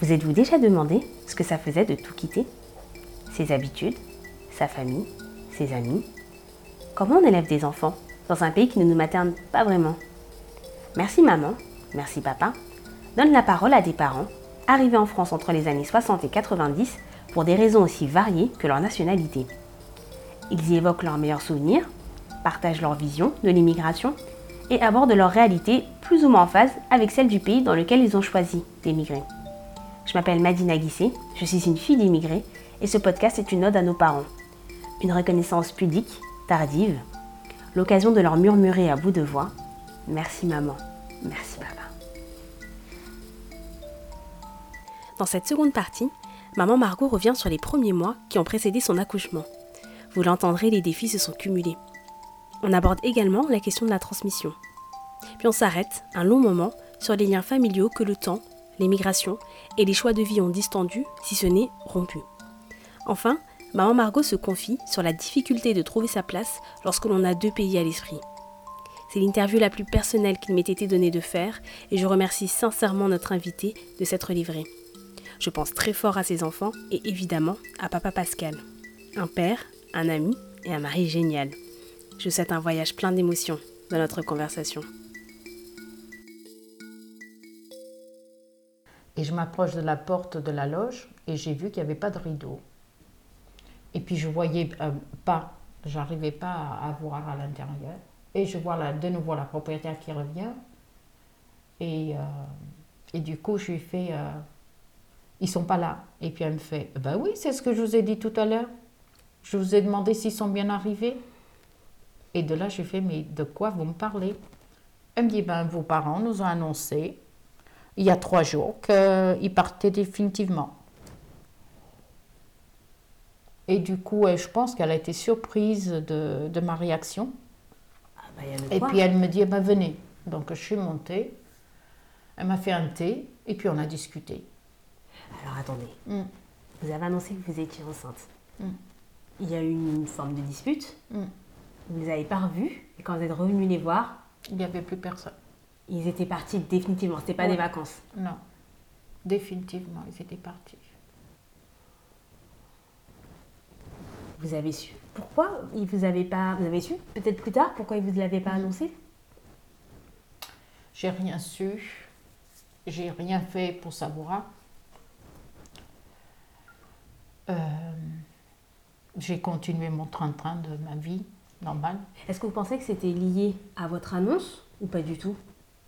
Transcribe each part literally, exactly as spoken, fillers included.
Vous êtes-vous déjà demandé ce que ça faisait de tout quitter? Ses habitudes, sa famille, ses amis. Comment on élève des enfants dans un pays qui ne nous materne pas vraiment? Merci maman, merci papa, donne la parole à des parents arrivés en France entre les années soixante et quatre-vingt-dix pour des raisons aussi variées que leur nationalité. Ils y évoquent leurs meilleurs souvenirs, partagent leur vision de l'immigration et abordent leur réalité plus ou moins en phase avec celle du pays dans lequel ils ont choisi d'émigrer. Je m'appelle Madina Guissé, je suis une fille d'immigrés et ce podcast est une ode à nos parents. Une reconnaissance pudique, tardive, l'occasion de leur murmurer à bout de voix « Merci maman, merci papa ». Dans cette seconde partie, maman Margot revient sur les premiers mois qui ont précédé son accouchement. Vous l'entendrez, les défis se sont cumulés. On aborde également la question de la transmission. Puis on s'arrête un long moment sur les liens familiaux que le temps, l'émigration et les choix de vie ont distendus, si ce n'est rompus. Enfin, maman Margot se confie sur la difficulté de trouver sa place lorsque l'on a deux pays à l'esprit. C'est l'interview la plus personnelle qu'il m'ait été donné de faire et je remercie sincèrement notre invité de s'être livré. Je pense très fort à ses enfants et évidemment à papa Pascal, un père, un ami et un mari génial. Je souhaite un voyage plein d'émotions dans notre conversation. Et je m'approche de la porte de la loge et j'ai vu qu'il n'y avait pas de rideau. Et puis je voyais euh, pas, j'arrivais pas à, à voir à l'intérieur. Et je vois là, de nouveau la propriétaire qui revient. Et, euh, et du coup, je lui fais, euh, ils sont pas là. Et puis elle me fait, ben oui, c'est ce que je vous ai dit tout à l'heure. Je vous ai demandé s'ils sont bien arrivés. Et de là, je lui fais, mais de quoi vous me parlez? Elle me dit, ben vos parents nous ont annoncé il y a trois jours qu'ils partaient définitivement. Et du coup, je pense qu'elle a été surprise de, de ma réaction. Ah bah, y a de et quoi. puis elle me dit, eh ben, venez. Donc je suis montée, elle m'a fait un thé, et puis on a discuté. Alors attendez, Mm. vous avez annoncé que vous étiez enceinte. Mm. Il y a eu une forme de dispute, Mm. vous ne les avez pas revus, et quand vous êtes revenu les voir, Il n'y avait plus personne. ils étaient partis définitivement, c'était pas Ouais. des vacances. Non, définitivement, ils étaient partis. Vous avez su. Pourquoi ils vous avez pas, vous avez su peut-être plus tard pourquoi ils vous l'avaient pas annoncé? J'ai rien su, j'ai rien fait pour savoir. Euh, j'ai continué mon train-train de ma vie normale. Est-ce que vous pensez que c'était lié à votre annonce ou pas du tout?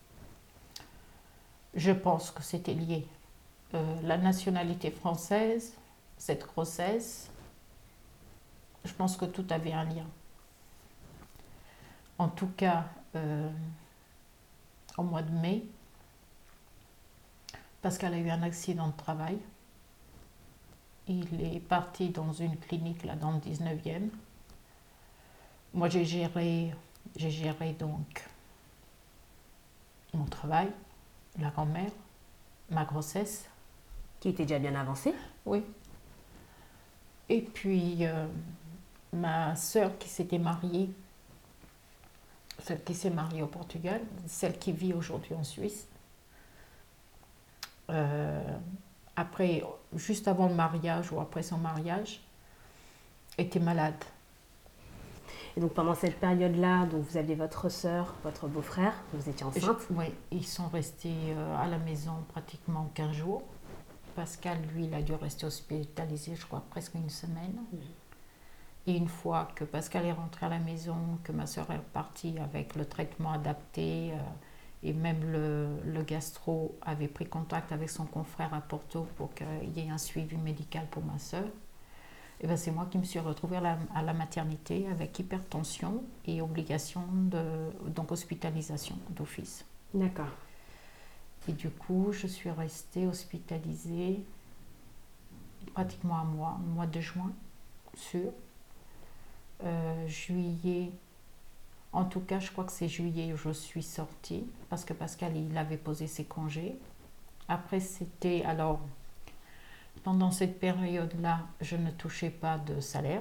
Je pense que c'était lié. Euh, la nationalité française, cette grossesse, je pense que tout avait un lien. En tout cas, euh, au mois de mai, Pascal a eu un accident de travail. Il est parti dans une clinique là dans le dix-neuvième. Moi, j'ai géré, j'ai géré donc mon travail, la grand-mère, ma grossesse. Qui était déjà bien avancé? Oui. Et puis, euh, ma sœur qui s'était mariée, celle qui s'est mariée au Portugal, celle qui vit aujourd'hui en Suisse, euh, après, juste avant le mariage ou après son mariage, était malade. Et donc pendant cette période-là, donc vous aviez votre sœur, votre beau-frère, vous étiez enceinte. Je- oui, ils sont restés euh, à la maison pratiquement quinze jours. Pascal, lui, il a dû rester hospitalisé, je crois, presque une semaine. Mhm. Et une fois que Pascal est rentré à la maison, que ma sœur est repartie avec le traitement adapté, euh, et même le, le gastro avait pris contact avec son confrère à Porto pour qu'il y ait un suivi médical pour ma sœur, et ben c'est moi qui me suis retrouvée à la, à la maternité avec hypertension et obligation de donc hospitalisation d'office. D'accord. Et du coup, je suis restée hospitalisée pratiquement un mois, au mois de juin, sûr. Euh, juillet, en tout cas, je crois que c'est juillet où je suis sortie, parce que Pascal, il avait posé ses congés. Après, c'était, alors, pendant cette période-là, je ne touchais pas de salaire,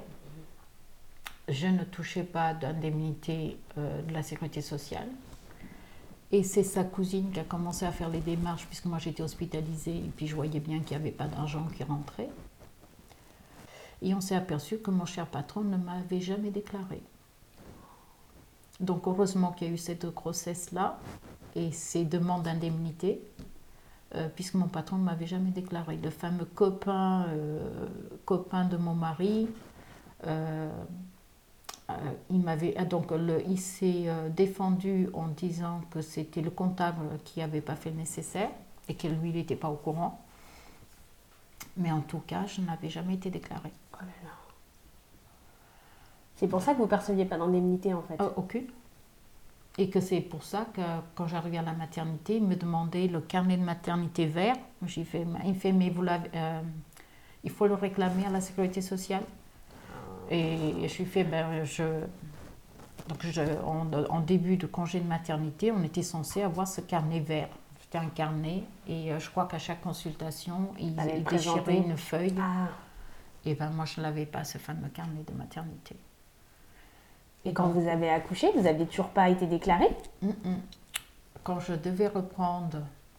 je ne touchais pas d'indemnité euh, de la sécurité sociale. Et c'est sa cousine qui a commencé à faire les démarches, puisque moi j'étais hospitalisée, et puis je voyais bien qu'il n'y avait pas d'argent qui rentrait. Et on s'est aperçu que mon cher patron ne m'avait jamais déclaré. Donc heureusement qu'il y a eu cette grossesse-là et ces demandes d'indemnité, euh, puisque mon patron ne m'avait jamais déclaré. Le fameux copain, euh, copain de mon mari, euh, euh, il, m'avait, donc le, il s'est euh, défendu en disant que c'était le comptable qui n'avait pas fait le nécessaire et que lui, il n'était pas au courant. Mais en tout cas, je n'avais jamais été déclarée. Oh là là. C'est pour ça que vous ne perceviez pas d'indemnité en fait? Euh, aucune. Et que c'est pour ça que quand j'arrivais à la maternité, il me demandait le carnet de maternité vert. J'ai fait, il me fait, mais vous l'avez, euh, il faut le réclamer à la sécurité sociale. Et je lui fais, ben je, donc je, en, en début de congé de maternité, on était censé avoir ce carnet vert. C'était un carnet et je crois qu'à chaque consultation, il, il déchirait une feuille. Ah. Et ben moi, je ne l'avais pas, ce fameux carnet de maternité. Et quand vous avez accouché, vous n'aviez toujours pas été déclarée? Quand je devais reprendre,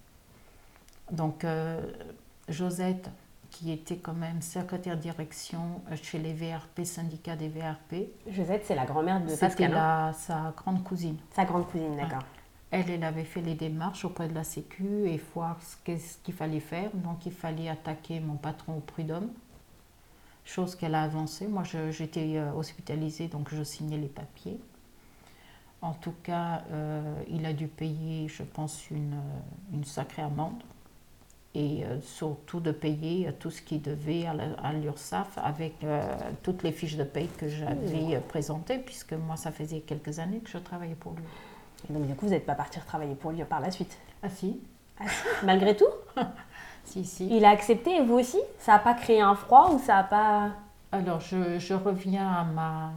donc euh, Josette, qui était quand même secrétaire direction chez les V R P, syndicat des V R P. Josette, c'est la grand-mère de Pascal. C'était la, sa grande cousine. Sa grande cousine, d'accord. Ouais. Elle, elle avait fait les démarches auprès de la Sécu et voir ce qu'il fallait faire. Donc, il fallait attaquer mon patron au prud'homme, chose qu'elle a avancée. Moi, j'étais hospitalisée, donc je signais les papiers. En tout cas, euh, il a dû payer, je pense, une, une sacrée amende. Et euh, surtout de payer tout ce qu'il devait à l'URSSAF avec euh, toutes les fiches de paye que j'avais mmh. présentées, puisque moi, ça faisait quelques années que je travaillais pour lui. Et donc, du coup, vous n'êtes pas parti travailler pour lui par la suite? Ah si. Ah, si. Malgré tout? Si, si. Il a accepté, et vous aussi? Ça n'a pas créé un froid ou ça n'a pas... Alors, je, je reviens à, ma,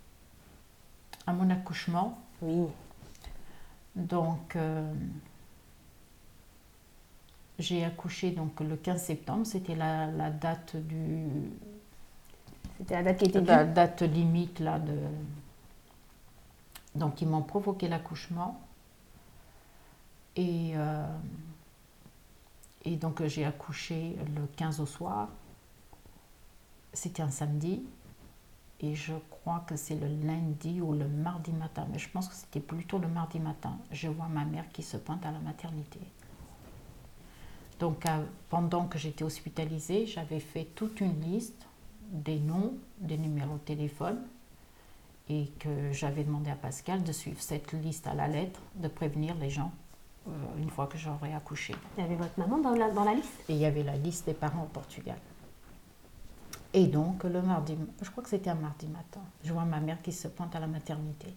à mon accouchement. Oui. Donc... Euh, J'ai accouché donc le quinze septembre, c'était la, la date du... C'était la date qui était due. La date limite là de... Donc ils m'ont provoqué l'accouchement. Et, euh, et donc j'ai accouché le quinze au soir. C'était un samedi. Et je crois que c'est le lundi ou le mardi matin. Mais je pense que c'était plutôt le mardi matin. Je vois ma mère qui se pointe à la maternité. Donc, euh, pendant que j'étais hospitalisée, j'avais fait toute une liste des noms, des numéros de téléphone et que j'avais demandé à Pascal de suivre cette liste à la lettre, de prévenir les gens euh, une fois que j'aurais accouché. Il y avait votre maman dans la, dans la liste? Et il y avait la liste des parents au Portugal. Et donc, le mardi, je crois que c'était un mardi matin, je vois ma mère qui se pointe à la maternité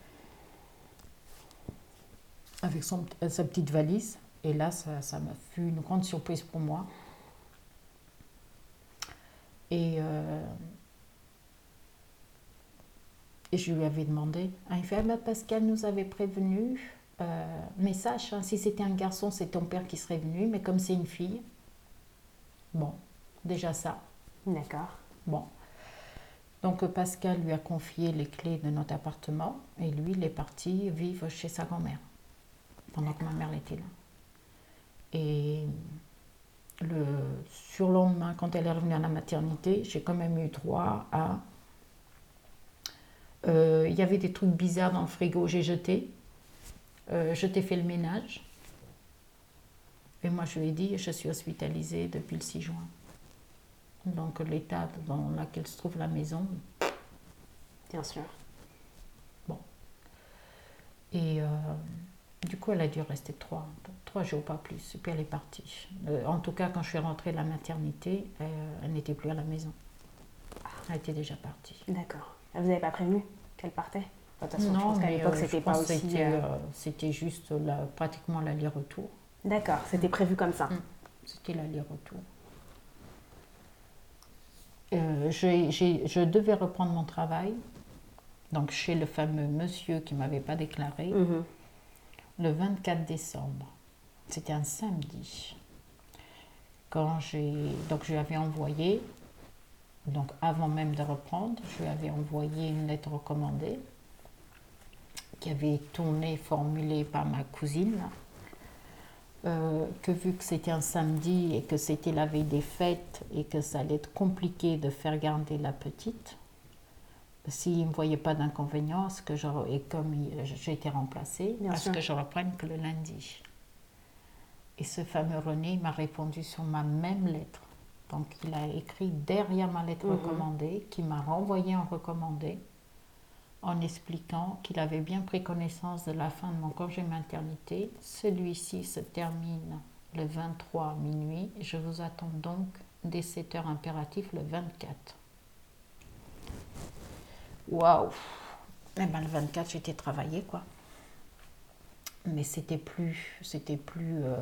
avec son, sa petite valise. Et là, ça, ça m'a fait une grande surprise pour moi. Et, euh, et je lui avais demandé. Il fait, ah ben Pascal nous avait prévenu, euh, mais sache, hein, si c'était un garçon, c'est ton père qui serait venu, mais comme c'est une fille, bon, déjà ça. D'accord. Bon. Donc Pascal lui a confié les clés de notre appartement et lui, il est parti vivre chez sa grand-mère pendant que ma mère était là. Et le surlendemain, quand elle est revenue à la maternité, j'ai quand même eu droit à... Euh, il y avait des trucs bizarres dans le frigo, j'ai jeté. Euh, je t'ai fait le ménage. Et moi, je lui ai dit, je suis hospitalisée depuis le six juin. Donc, l'état dans lequel se trouve la maison... Bien sûr. Bon. Et... Euh, Du coup, elle a dû rester trois, trois jours, pas plus. Et puis elle est partie. Euh, en tout cas, quand je suis rentrée de la maternité, euh, elle n'était plus à la maison. Elle était déjà partie. D'accord. Vous n'avez pas prévenu qu'elle partait? De toute façon, non, je pense qu'à l'époque, euh, c'était pas aussi... C'était, euh... euh, c'était juste la, pratiquement l'aller-retour. D'accord, c'était prévu comme ça. Mmh. C'était l'aller-retour. Euh, j'ai, j'ai, je devais reprendre mon travail, donc chez le fameux monsieur qui ne m'avait pas déclaré. Mmh. Le vingt-quatre décembre, c'était un samedi, quand j'ai, donc je lui avais envoyé, donc avant même de reprendre, je lui avais envoyé une lettre recommandée qui avait tourné, formulé par ma cousine, euh, que vu que c'était un samedi et que c'était la veille des fêtes et que ça allait être compliqué de faire garder la petite, s'il ne me voyait pas d'inconvénient, à ce que je, et comme j'ai été remplacée, Bien à sûr. ce que je reprenne que le lundi. Et ce fameux René m'a répondu sur ma même lettre. Donc il a écrit derrière ma lettre Mhm. recommandée, qui m'a renvoyé en recommandé, en expliquant qu'il avait bien pris connaissance de la fin de mon congé maternité. Celui-ci se termine le vingt-trois minuit. Je vous attends donc dès sept heures impératif le vingt-quatre. Waouh! Eh ben, le vingt-quatre, j'étais travaillée, quoi. Mais c'était plus, c'était plus euh,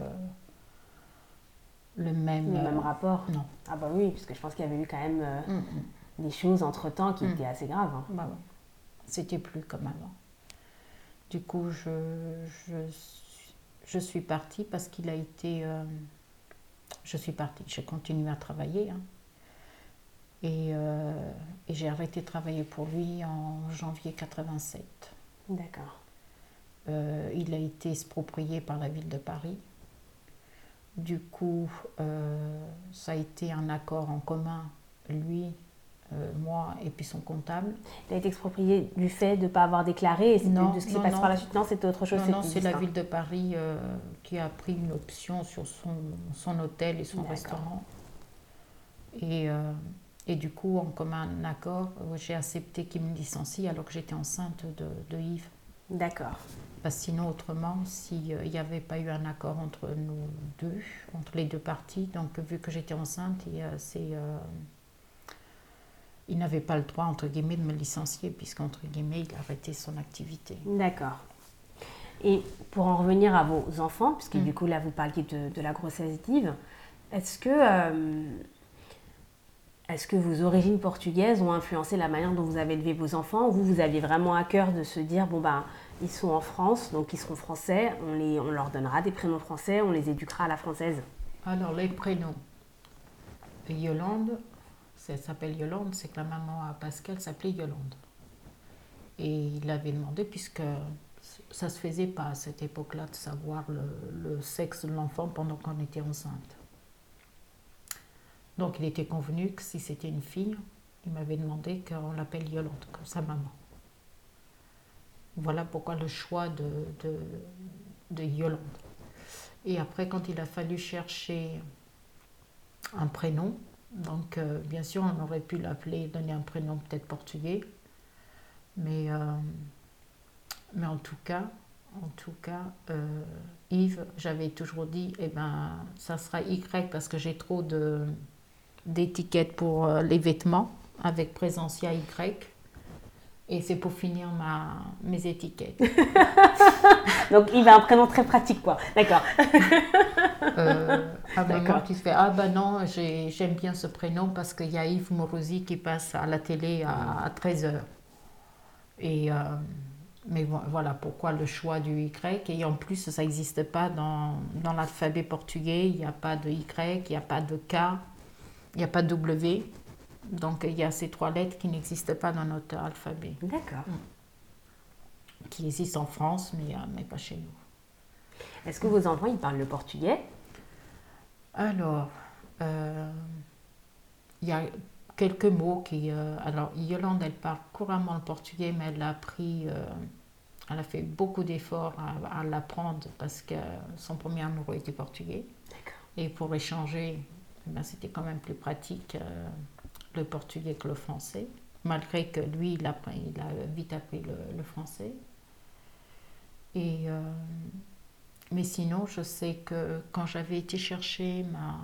le même... Le même euh, rapport. Non. Ah bah oui, parce que je pense qu'il y avait eu quand même euh, Mm, mm. des choses entre-temps qui Mm. étaient assez graves. Hein. Bah ouais. C'était plus comme avant. Du coup, je, je, je suis partie parce qu'il a été... euh, je suis partie, j'ai continué à travailler. Hein. Et, euh, et j'ai arrêté de travailler pour lui en janvier quatre-vingt-sept. D'accord. Euh, il a été exproprié par la ville de Paris. Du coup, euh, ça a été un accord en commun, lui, euh, moi et puis son comptable. Il a été exproprié du fait de ne pas avoir déclaré et Non, de ce qui s'est non, passé non. par la suite. Non, c'était autre chose. Non, non, c'était c'est la distinct. ville de Paris euh, qui a pris une option sur son, son hôtel et son D'accord. restaurant. Et, euh, et du coup, en commun accord, euh, j'ai accepté qu'il me licencie alors que j'étais enceinte de, de Yves. D'accord. Parce que sinon, autrement, s'il euh, n'y avait pas eu un accord entre nous deux, entre les deux parties, donc vu que j'étais enceinte, et, euh, c'est, euh, il n'avait pas le droit, entre guillemets, de me licencier, puisqu'entre guillemets, il a arrêté son activité. D'accord. Et pour en revenir à vos enfants, puisque Mm. du coup là vous parliez de, de la grossesse d'Yves, est-ce que, euh, est-ce que vos origines portugaises ont influencé la manière dont vous avez élevé vos enfants, ou vous, vous aviez vraiment à cœur de se dire, bon ben, ils sont en France, donc ils seront français, on, les, on leur donnera des prénoms français, on les éduquera à la française? Alors, les prénoms. Yolande, ça s'appelle Yolande, c'est que la maman à Pascal s'appelait Yolande. Et il avait demandé, puisque ça ne se faisait pas à cette époque-là de savoir le, le sexe de l'enfant pendant qu'on était enceinte. Donc il était convenu que si c'était une fille, il m'avait demandé qu'on l'appelle Yolande, comme sa maman. Voilà pourquoi le choix de, de, de Yolande. Et après, quand il a fallu chercher un prénom, donc euh, bien sûr on aurait pu l'appeler, donner un prénom peut-être portugais, mais, euh, mais en tout cas, en tout cas, euh, Yves, j'avais toujours dit, eh ben, ça sera Y parce que j'ai trop de, d'étiquettes pour euh, les vêtements avec Présentia Y. Et c'est pour finir ma, mes étiquettes. Donc Yves a un prénom très pratique, quoi. D'accord. Euh, à un moment, D'accord. tu fais, ah ben non, j'ai- j'aime bien ce prénom parce qu'il y a Yves Morosi qui passe à la télé à, à treize heures. Et, euh, mais vo- voilà pourquoi le choix du Y. Et en plus, ça n'existe pas dans, dans l'alphabet portugais. Il n'y a pas de Y, il n'y a pas de K, il n'y a pas de W. Donc il y a ces trois lettres qui n'existent pas dans notre alphabet, D'accord. qui existent en France, mais, euh, mais pas chez nous. Est-ce que vos enfants, ils parlent le portugais? Alors, euh, il y a quelques mots qui... euh, alors, Yolande, elle parle couramment le portugais, mais elle a appris... euh, elle a fait beaucoup d'efforts à, à l'apprendre parce que son premier amoureux était portugais. D'accord. Et pour échanger, eh ben, c'était quand même plus pratique euh, le portugais que le français, malgré que lui, il a, il a vite appris le, le français. Et, euh, mais sinon, je sais que quand j'avais été chercher ma...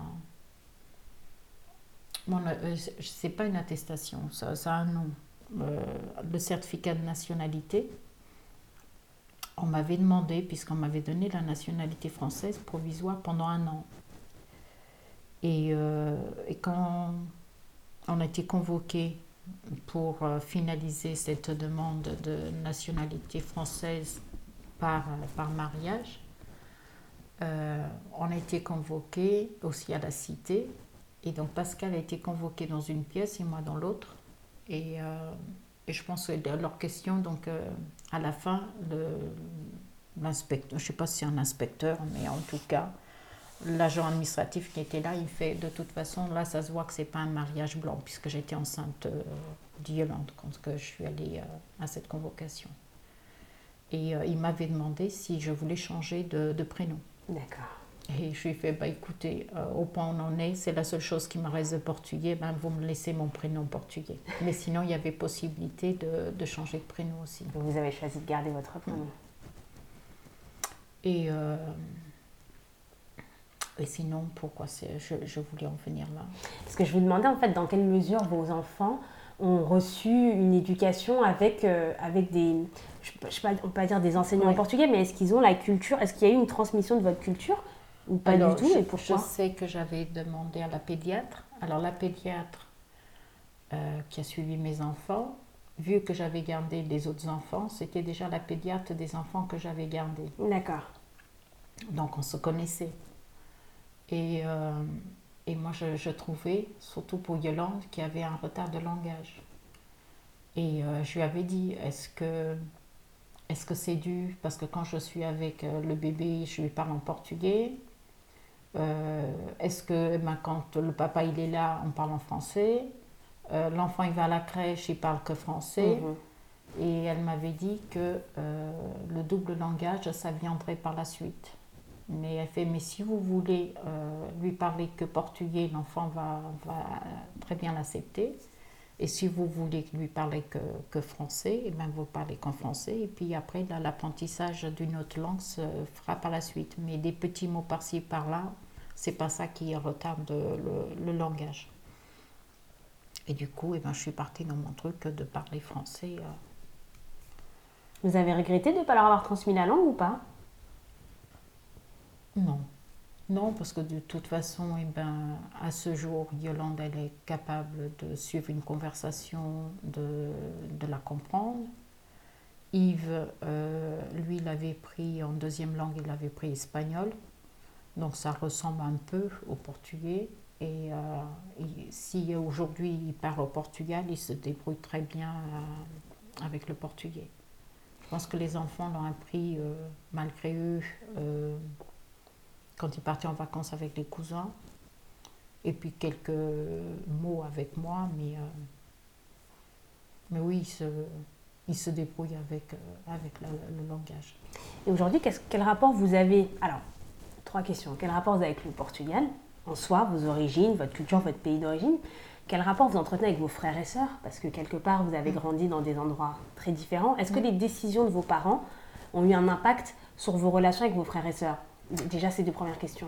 Mon, euh, c'est pas une attestation, ça, ça a un nom. Euh, le certificat de nationalité, on m'avait demandé, puisqu'on m'avait donné la nationalité française provisoire pendant un an. Et, euh, et quand on a été convoqué pour finaliser cette demande de nationalité française par, par mariage, euh, on a été convoqué aussi à la cité. Et donc Pascal a été convoqué dans une pièce et moi dans l'autre. Et, euh, Et je pense que leur question, donc euh, à la fin, le, l'inspecteur, je ne sais pas si c'est un inspecteur, mais en tout cas, l'agent administratif qui était là, il fait de toute façon, là ça se voit que c'est pas un mariage blanc, puisque j'étais enceinte euh, d'Yolande quand que je suis allée euh, à cette convocation. Et euh, il m'avait demandé si je voulais changer de, de prénom. D'accord. Et je lui ai fait, bah, écoutez, euh, au point où on en est, c'est la seule chose qui me reste de portugais, ben, vous me laissez mon prénom portugais. Mais sinon, il y avait possibilité de, de changer de prénom aussi. Vous avez choisi de garder votre prénom. Et, euh, et sinon, pourquoi c'est, je, je voulais en venir là? Parce que je vous demandais en fait dans quelle mesure vos enfants ont reçu une éducation avec, euh, avec des, je, je sais pas, on peut pas dire des enseignants Ouais. en portugais, mais est-ce qu'ils ont la culture, est-ce qu'il y a eu une transmission de votre culture ou pas Alors, du tout je, et pourquoi? je sais que j'avais demandé à la pédiatre. Alors, la pédiatre euh, qui a suivi mes enfants, vu que j'avais gardé les autres enfants, c'était déjà la pédiatre des enfants que j'avais gardés. D'accord. Donc, on se connaissait. Et, euh, et moi, je, je trouvais, surtout pour Yolande, qu'il y avait un retard de langage. Et euh, je lui avais dit, est-ce que, est-ce que c'est dû, parce que quand je suis avec euh, le bébé, je lui parle en portugais. Euh, est-ce que ben, quand le papa il est là, on parle en français. Euh, l'enfant il va à la crèche, il parle que français. Mhm. Et elle m'avait dit que euh, le double langage, ça viendrait par la suite. Mais elle fait, mais si vous voulez euh, lui parler que portugais, l'enfant va, va très bien l'accepter. Et si vous voulez lui parler que, que français, eh bien vous parlez qu'en français. Et puis après, là, l'apprentissage d'une autre langue se fera par la suite. Mais des petits mots par-ci, par-là, c'est pas ça qui retarde le, le langage. Et du coup, eh ben, je suis partie dans mon truc de parler français. Euh. Vous avez regretté de ne pas leur avoir transmis la langue ou pas? Non. Non, parce que de toute façon, eh ben, à ce jour, Yolande, elle est capable de suivre une conversation, de, de la comprendre. Yves, euh, lui, il avait pris en deuxième langue, il avait pris espagnol. Donc ça ressemble un peu au portugais. Et euh, il, si aujourd'hui il part au Portugal, il se débrouille très bien euh, avec le portugais. Je pense que les enfants l'ont appris euh, malgré eux euh, quand ils partaient en vacances avec les cousins. Et puis quelques mots avec moi, mais, euh, mais oui, il se, il se débrouille avec, euh, avec la, le langage. Et aujourd'hui, quel rapport vous avez? Alors, trois questions. Quel rapport vous avez avec le Portugal en soi, vos origines, votre culture, votre pays d'origine? Quel rapport vous entretenez avec vos frères et sœurs? Parce que quelque part, vous avez grandi dans des endroits très différents. Est-ce que les décisions de vos parents ont eu un impact sur vos relations avec vos frères et sœurs? Déjà, ces deux premières questions.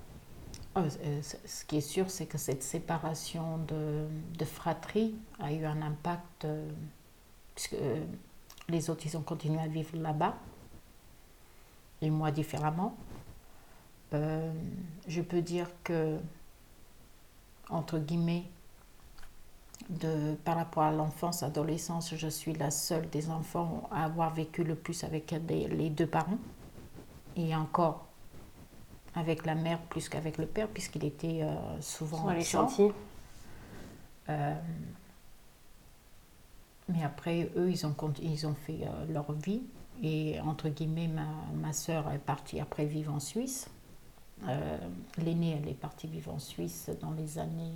Ce qui est sûr, c'est que cette séparation de, de fratrie a eu un impact, euh, puisque les autres, ils ont continué à vivre là-bas, et moi différemment. Euh, je peux dire que, entre guillemets, de, par rapport à l'enfance, adolescence, je suis la seule des enfants à avoir vécu le plus avec les, les deux parents, et encore avec la mère plus qu'avec le père, puisqu'il était euh, souvent Sur les absent. chantiers. Euh, mais après, eux, ils ont, ils ont fait euh, leur vie. Et entre guillemets, ma, ma soeur est partie après vivre en Suisse. Euh, L'aînée, elle est partie vivre en Suisse dans les années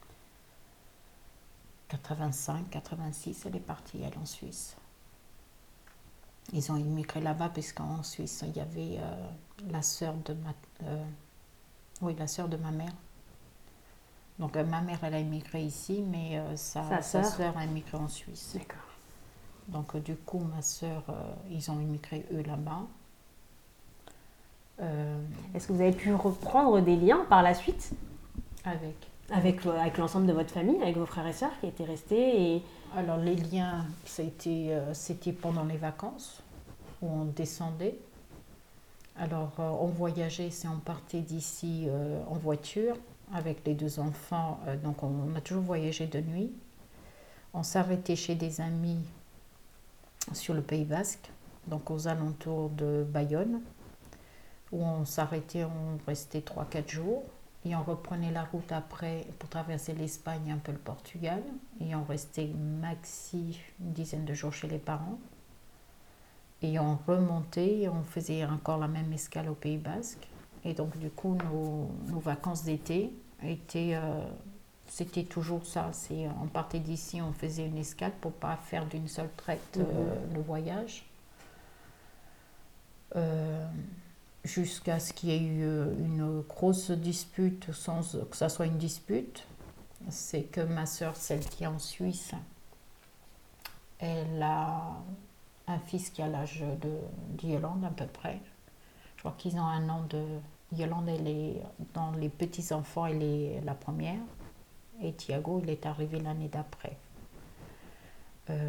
quatre-vingt-cinq, quatre-vingt-six. Elle est partie, elle, en Suisse. Ils ont immigré là-bas, puisqu'en Suisse, il y avait euh, la sœur de ma... Euh, oui, la sœur de ma mère. Donc, euh, ma mère, elle a immigré ici, mais euh, sa, sa sœur a immigré en Suisse. D'accord. Donc, euh, du coup, ma sœur, euh, ils ont immigré, eux, là-bas. Euh, Est-ce que vous avez pu reprendre des liens par la suite avec Avec, euh, avec l'ensemble de votre famille, avec vos frères et sœurs qui étaient restés et... Alors, les liens, ça a été, euh, c'était pendant les vacances, où on descendait. Alors, euh, on voyageait, c'est on partait d'ici euh, en voiture avec les deux enfants. Euh, donc, on, on a toujours voyagé de nuit. On s'arrêtait chez des amis sur le Pays Basque, donc aux alentours de Bayonne, où on s'arrêtait, on restait trois quatre jours. Et on reprenait la route après pour traverser l'Espagne et un peu le Portugal. Et on restait maxi une dizaine de jours chez les parents. Et on remontait, et on faisait encore la même escale au Pays Basque. Et donc du coup, nos, nos vacances d'été étaient... Euh, c'était toujours ça. C'est, on partait d'ici, on faisait une escale pour ne pas faire d'une seule traite euh, mmh. le voyage. Euh, jusqu'à ce qu'il y ait eu une grosse dispute, sans que ça soit une dispute. C'est que ma sœur, celle qui est en Suisse, elle a un fils qui a l'âge de, de Yolande à peu près. Je crois qu'ils ont un an de... Yolande, elle est dans les petits-enfants, elle est la première. Et Thiago, il est arrivé l'année d'après. Euh,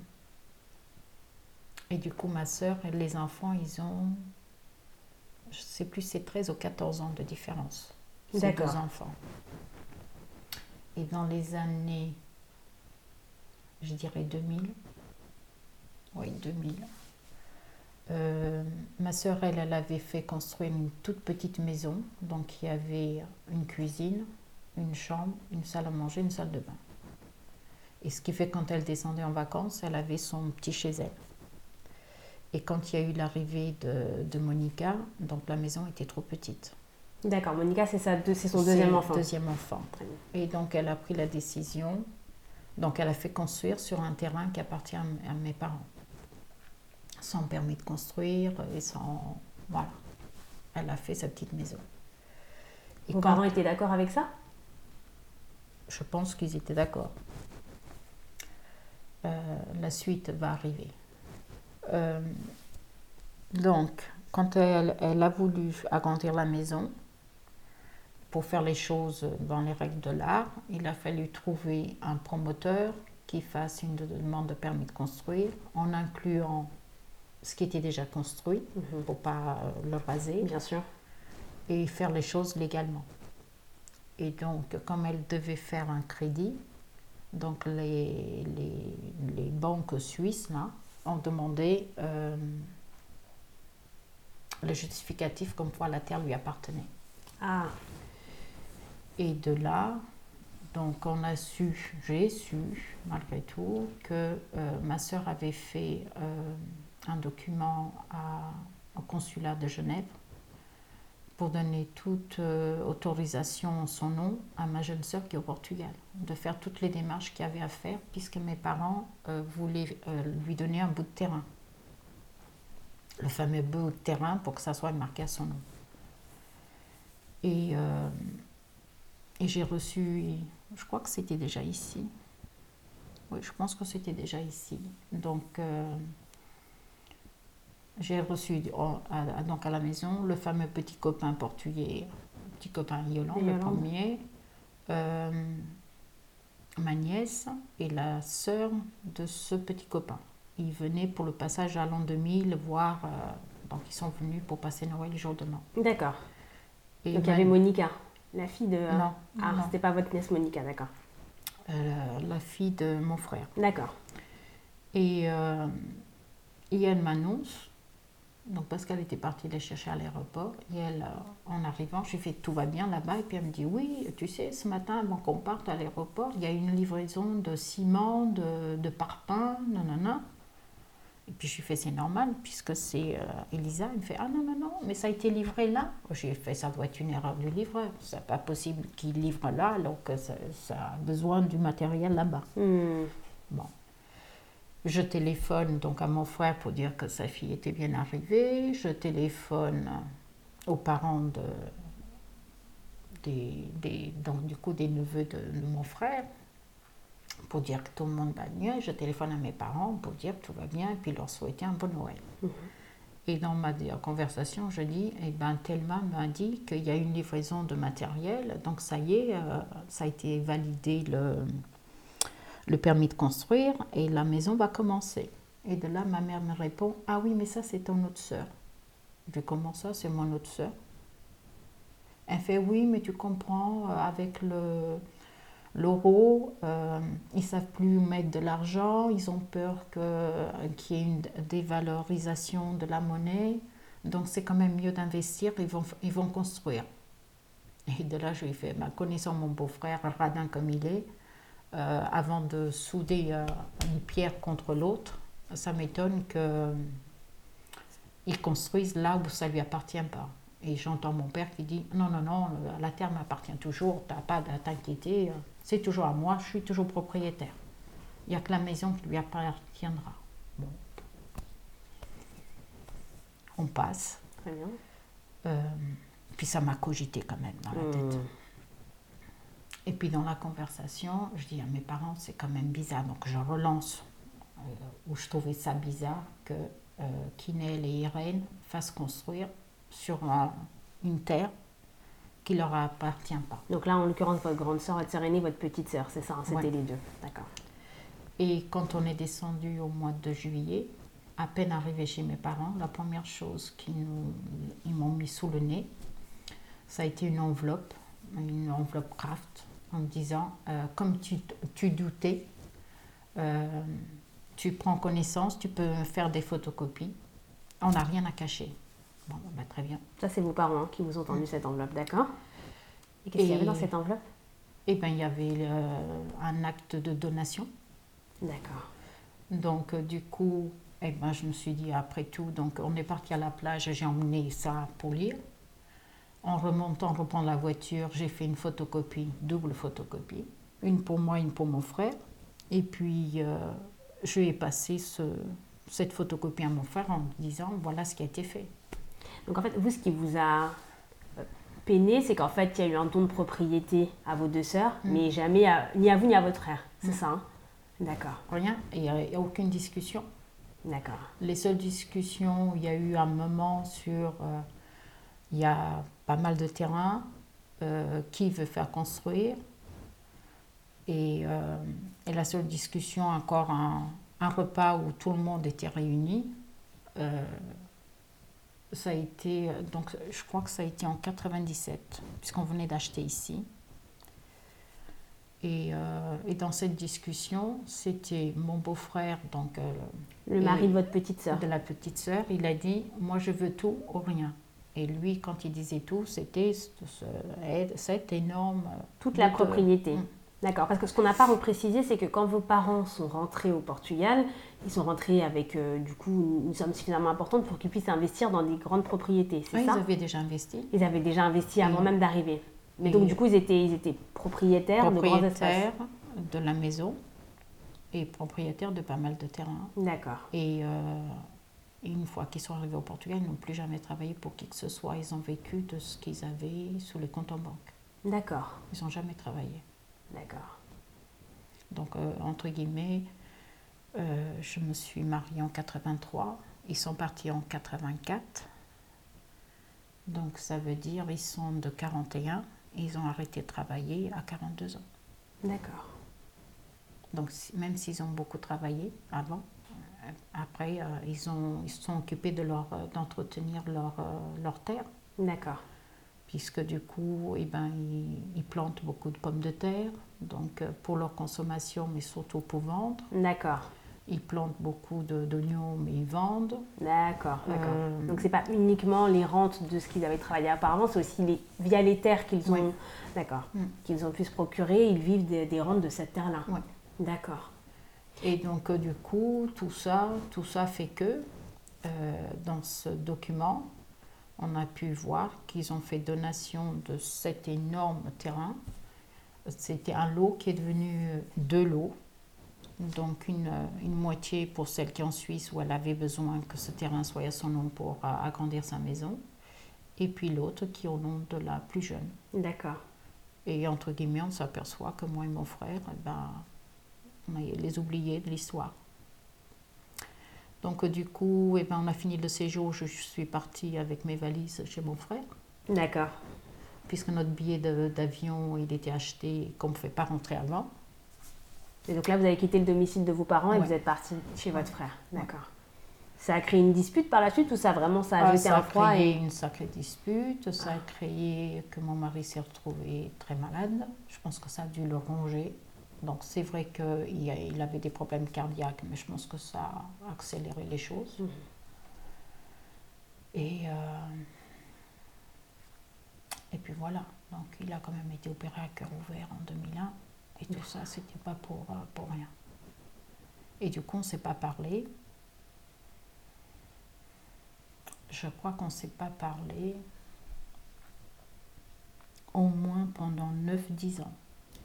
et du coup, ma sœur et les enfants, ils ont... Je ne sais plus, c'est treize ou quatorze ans de différence. Ces deux enfants. Et dans les années, je dirais deux mille, oui, deux mille, euh, ma sœur, elle, elle avait fait construire une toute petite maison. Donc, il y avait une cuisine, une chambre, une salle à manger, une salle de bain. Et ce qui fait quand elle descendait en vacances, elle avait son petit chez elle. Et quand il y a eu l'arrivée de, de Monica, donc la maison était trop petite. D'accord, Monica, c'est, sa, c'est son deuxième c'est enfant. deuxième enfant. Et donc elle a pris la décision, donc elle a fait construire sur un terrain qui appartient à, à mes parents. Sans permis de construire et sans... Voilà. Elle a fait sa petite maison. Et Vos quand, parents étaient d'accord avec ça? Je pense qu'ils étaient d'accord. Euh, la suite va arriver. Euh, donc, quand elle, elle a voulu agrandir la maison, pour faire les choses dans les règles de l'art, il a fallu trouver un promoteur qui fasse une demande de permis de construire, en incluant ce qui était déjà construit, mm-hmm. pour ne pas le raser. Bien sûr. Et faire les choses légalement. Et donc, comme elle devait faire un crédit, donc les, les, les banques suisses là, ont demandé euh, le justificatif comme quoi la terre lui appartenait. Ah. Et de là, donc on a su, j'ai su malgré tout, que euh, ma sœur avait fait euh, un document à, au consulat de Genève pour donner toute euh, autorisation en son nom à ma jeune sœur qui est au Portugal, de faire toutes les démarches qu'il y avait à faire, puisque mes parents euh, voulaient euh, lui donner un bout de terrain. Le fameux bout de terrain pour que ça soit marqué à son nom. Et, euh, et j'ai reçu, je crois que c'était déjà ici. Oui, je pense que c'était déjà ici. Donc, euh, j'ai reçu à, donc à la maison le fameux petit copain portugais, petit copain Yolande, le premier, euh, ma nièce et la sœur de ce petit copain. Ils venaient pour le passage à l'an deux mille voir, euh, donc ils sont venus pour passer Noël le jour de l'an. D'accord. Et donc il y avait Monica, la fille de... Non. Ah, non. C'était pas votre nièce Monica, d'accord. Euh, la fille de mon frère. D'accord. Et euh, il y a une m'annonce. Donc parce qu'elle était partie les chercher à l'aéroport, et elle, en arrivant, j'ai fait tout va bien là-bas, et puis elle me dit oui, tu sais, ce matin avant qu'on parte à l'aéroport, il y a une livraison de ciment, de, de parpaing, nanana. Et puis je lui fais c'est normal puisque c'est euh, Elisa. Elle me fait ah non non non, mais ça a été livré là. J'ai fait ça doit être une erreur du livreur, c'est pas possible qu'il livre là alors que ça, ça a besoin du matériel là-bas. Mm. Bon. Je téléphone donc à mon frère pour dire que sa fille était bien arrivée. Je téléphone aux parents de, des, des, donc du coup des neveux de, de mon frère pour dire que tout le monde va bien. Je téléphone à mes parents pour dire que tout va bien et puis leur souhaiter un bon Noël. Mmh. Et dans ma conversation, je dis, eh ben, Thelma m'a dit qu'il y a une livraison de matériel, donc ça y est, euh, ça a été validé le... le permis de construire et la maison va commencer. Et de là, ma mère me répond « Ah oui, mais ça, c'est ton autre sœur. » Je dis « Comment ça, c'est mon autre sœur ?» Elle fait « Oui, mais tu comprends, avec le, l'euro, euh, ils ne savent plus mettre de l'argent, ils ont peur que, qu'il y ait une dévalorisation de la monnaie, donc c'est quand même mieux d'investir, ils vont, ils vont construire. » Et de là, je lui ai fait, bah, connaissant mon beau-frère, radin comme il est, euh, avant de souder euh, une pierre contre l'autre, ça m'étonne qu'il construise là où ça ne lui appartient pas. Et j'entends mon père qui dit, non, non, non, la terre m'appartient toujours, tu n'as pas à t'inquiéter, c'est toujours à moi, je suis toujours propriétaire. Il n'y a que la maison qui lui appartiendra. Bon. On passe. Très bien. Euh, puis ça m'a cogité quand même dans la tête. Mmh. Et puis dans la conversation, je dis à mes parents, c'est quand même bizarre. Donc je relance euh, où je trouvais ça bizarre que euh, Kinel et Irène fassent construire sur un, une terre qui leur appartient pas. Donc là, en l'occurrence, votre grande sœur, votre sœur aînée, votre petite sœur, c'est ça, hein, c'était Ouais. les deux. D'accord. Et quand on est descendu au mois de juillet, à peine arrivé chez mes parents, la première chose qu'ils nous, ils m'ont mis sous le nez, ça a été une enveloppe, une enveloppe craft, en me disant, euh, comme tu, tu doutais, euh, tu prends connaissance, tu peux faire des photocopies, on n'a rien à cacher. Bon, bah, très bien. Ça, c'est vos parents hein, qui vous ont tendu cette enveloppe, d'accord. Et qu'est-ce qu'il y avait dans cette enveloppe? Eh bien, il y avait euh, un acte de donation. D'accord. Donc, euh, du coup, eh ben, je me suis dit, après tout, donc on est parti à la plage, j'ai emmené ça pour lire. En remontant, reprendre la voiture, j'ai fait une photocopie, double photocopie. Une pour moi, une pour mon frère. Et puis, euh, je lui ai passé ce, cette photocopie à mon frère en disant, voilà ce qui a été fait. Donc en fait, vous, ce qui vous a peiné, c'est qu'en fait, il y a eu un don de propriété à vos deux sœurs, mmh. mais jamais à, ni à vous ni à votre frère. C'est mmh. ça, hein? D'accord. Rien, il n'y a, a aucune discussion. D'accord. Les seules discussions, il y a eu un moment sur, euh, il y a pas mal de terrain, euh, qui veut faire construire. Et, euh, et la seule discussion, encore un, un repas où tout le monde était réuni, euh, ça a été, donc je crois que ça a été en quatre-vingt-dix-sept, puisqu'on venait d'acheter ici. Et, euh, et dans cette discussion, c'était mon beau-frère, donc euh, le mari de votre petite sœur. De la petite sœur, il a dit, moi je veux tout ou rien. Et lui, quand il disait tout, c'était cette énorme... Toute la propriété. Mmh. D'accord, parce que ce qu'on n'a pas reprécisé, c'est que quand vos parents sont rentrés au Portugal, ils sont rentrés avec euh, du coup une somme suffisamment importante pour qu'ils puissent investir dans des grandes propriétés, c'est oui, ça? Ils avaient déjà investi. Ils avaient déjà investi avant et même d'arriver. Mais donc du coup, ils étaient, ils étaient propriétaires, propriétaires de grands espaces. de la maison et propriétaires de pas mal de terrains. D'accord. Et, euh, et une fois qu'ils sont arrivés au Portugal, ils n'ont plus jamais travaillé pour qui que ce soit. Ils ont vécu de ce qu'ils avaient sous les comptes en banque. D'accord. Ils n'ont jamais travaillé. D'accord. Donc, euh, entre guillemets, euh, je me suis mariée en quatre-vingt-trois. Ils sont partis en quatre-vingt-quatre. Donc, ça veut dire qu'ils sont de quarante et un. Et ils ont arrêté de travailler à quarante-deux ans. D'accord. Donc, même s'ils ont beaucoup travaillé avant, euh, après, euh, ils, ont, ils se sont occupés de leur, euh, d'entretenir leur, euh, leur terre. D'accord. Puisque du coup, eh ben, ils, ils plantent beaucoup de pommes de terre, donc euh, pour leur consommation, mais surtout pour vendre. D'accord. Ils plantent beaucoup de, d'oignons, mais ils vendent. D'accord, d'accord. Euh, Donc, ce n'est pas uniquement les rentes de ce qu'ils avaient travaillé auparavant, c'est aussi les, via les terres qu'ils ont, oui. d'accord, mm. qu'ils ont pu se procurer, ils vivent des, des rentes de cette terre-là. Oui. D'accord. Et donc, euh, du coup, tout ça, tout ça fait que, euh, dans ce document, on a pu voir qu'ils ont fait donation de cet énorme terrain. C'était un lot qui est devenu deux lots. Donc une, une moitié pour celle qui est en Suisse où elle avait besoin que ce terrain soit à son nom pour agrandir sa maison. Et puis l'autre qui est au nom de la plus jeune. D'accord. Et entre guillemets, on s'aperçoit que moi et mon frère, eh ben, on a les oubliés de l'histoire. Donc du coup, eh ben, on a fini le séjour, je suis partie avec mes valises chez mon frère. D'accord. Puisque notre billet de, d'avion, il était acheté, qu'on ne pouvait pas rentrer avant. Et donc là, vous avez quitté le domicile de vos parents et ouais. vous êtes partie chez ouais. votre frère. D'accord. Ouais. Ça a créé une dispute par la suite ou ça vraiment ça a ah, jeté ça un a froid créé et... une sacrée dispute, ça ah. a créé que mon mari s'est retrouvé très malade. Je pense que ça a dû le ronger. Donc c'est vrai qu'il il avait des problèmes cardiaques, mais je pense que ça a accéléré les choses. Mmh. Et, euh, Et puis voilà, donc il a quand même été opéré à cœur ouvert en deux mille un. Et tout ça, c'était pas pour, euh, pour rien. Et du coup, on ne s'est pas parlé. Je crois qu'on ne s'est pas parlé au moins pendant neuf dix ans.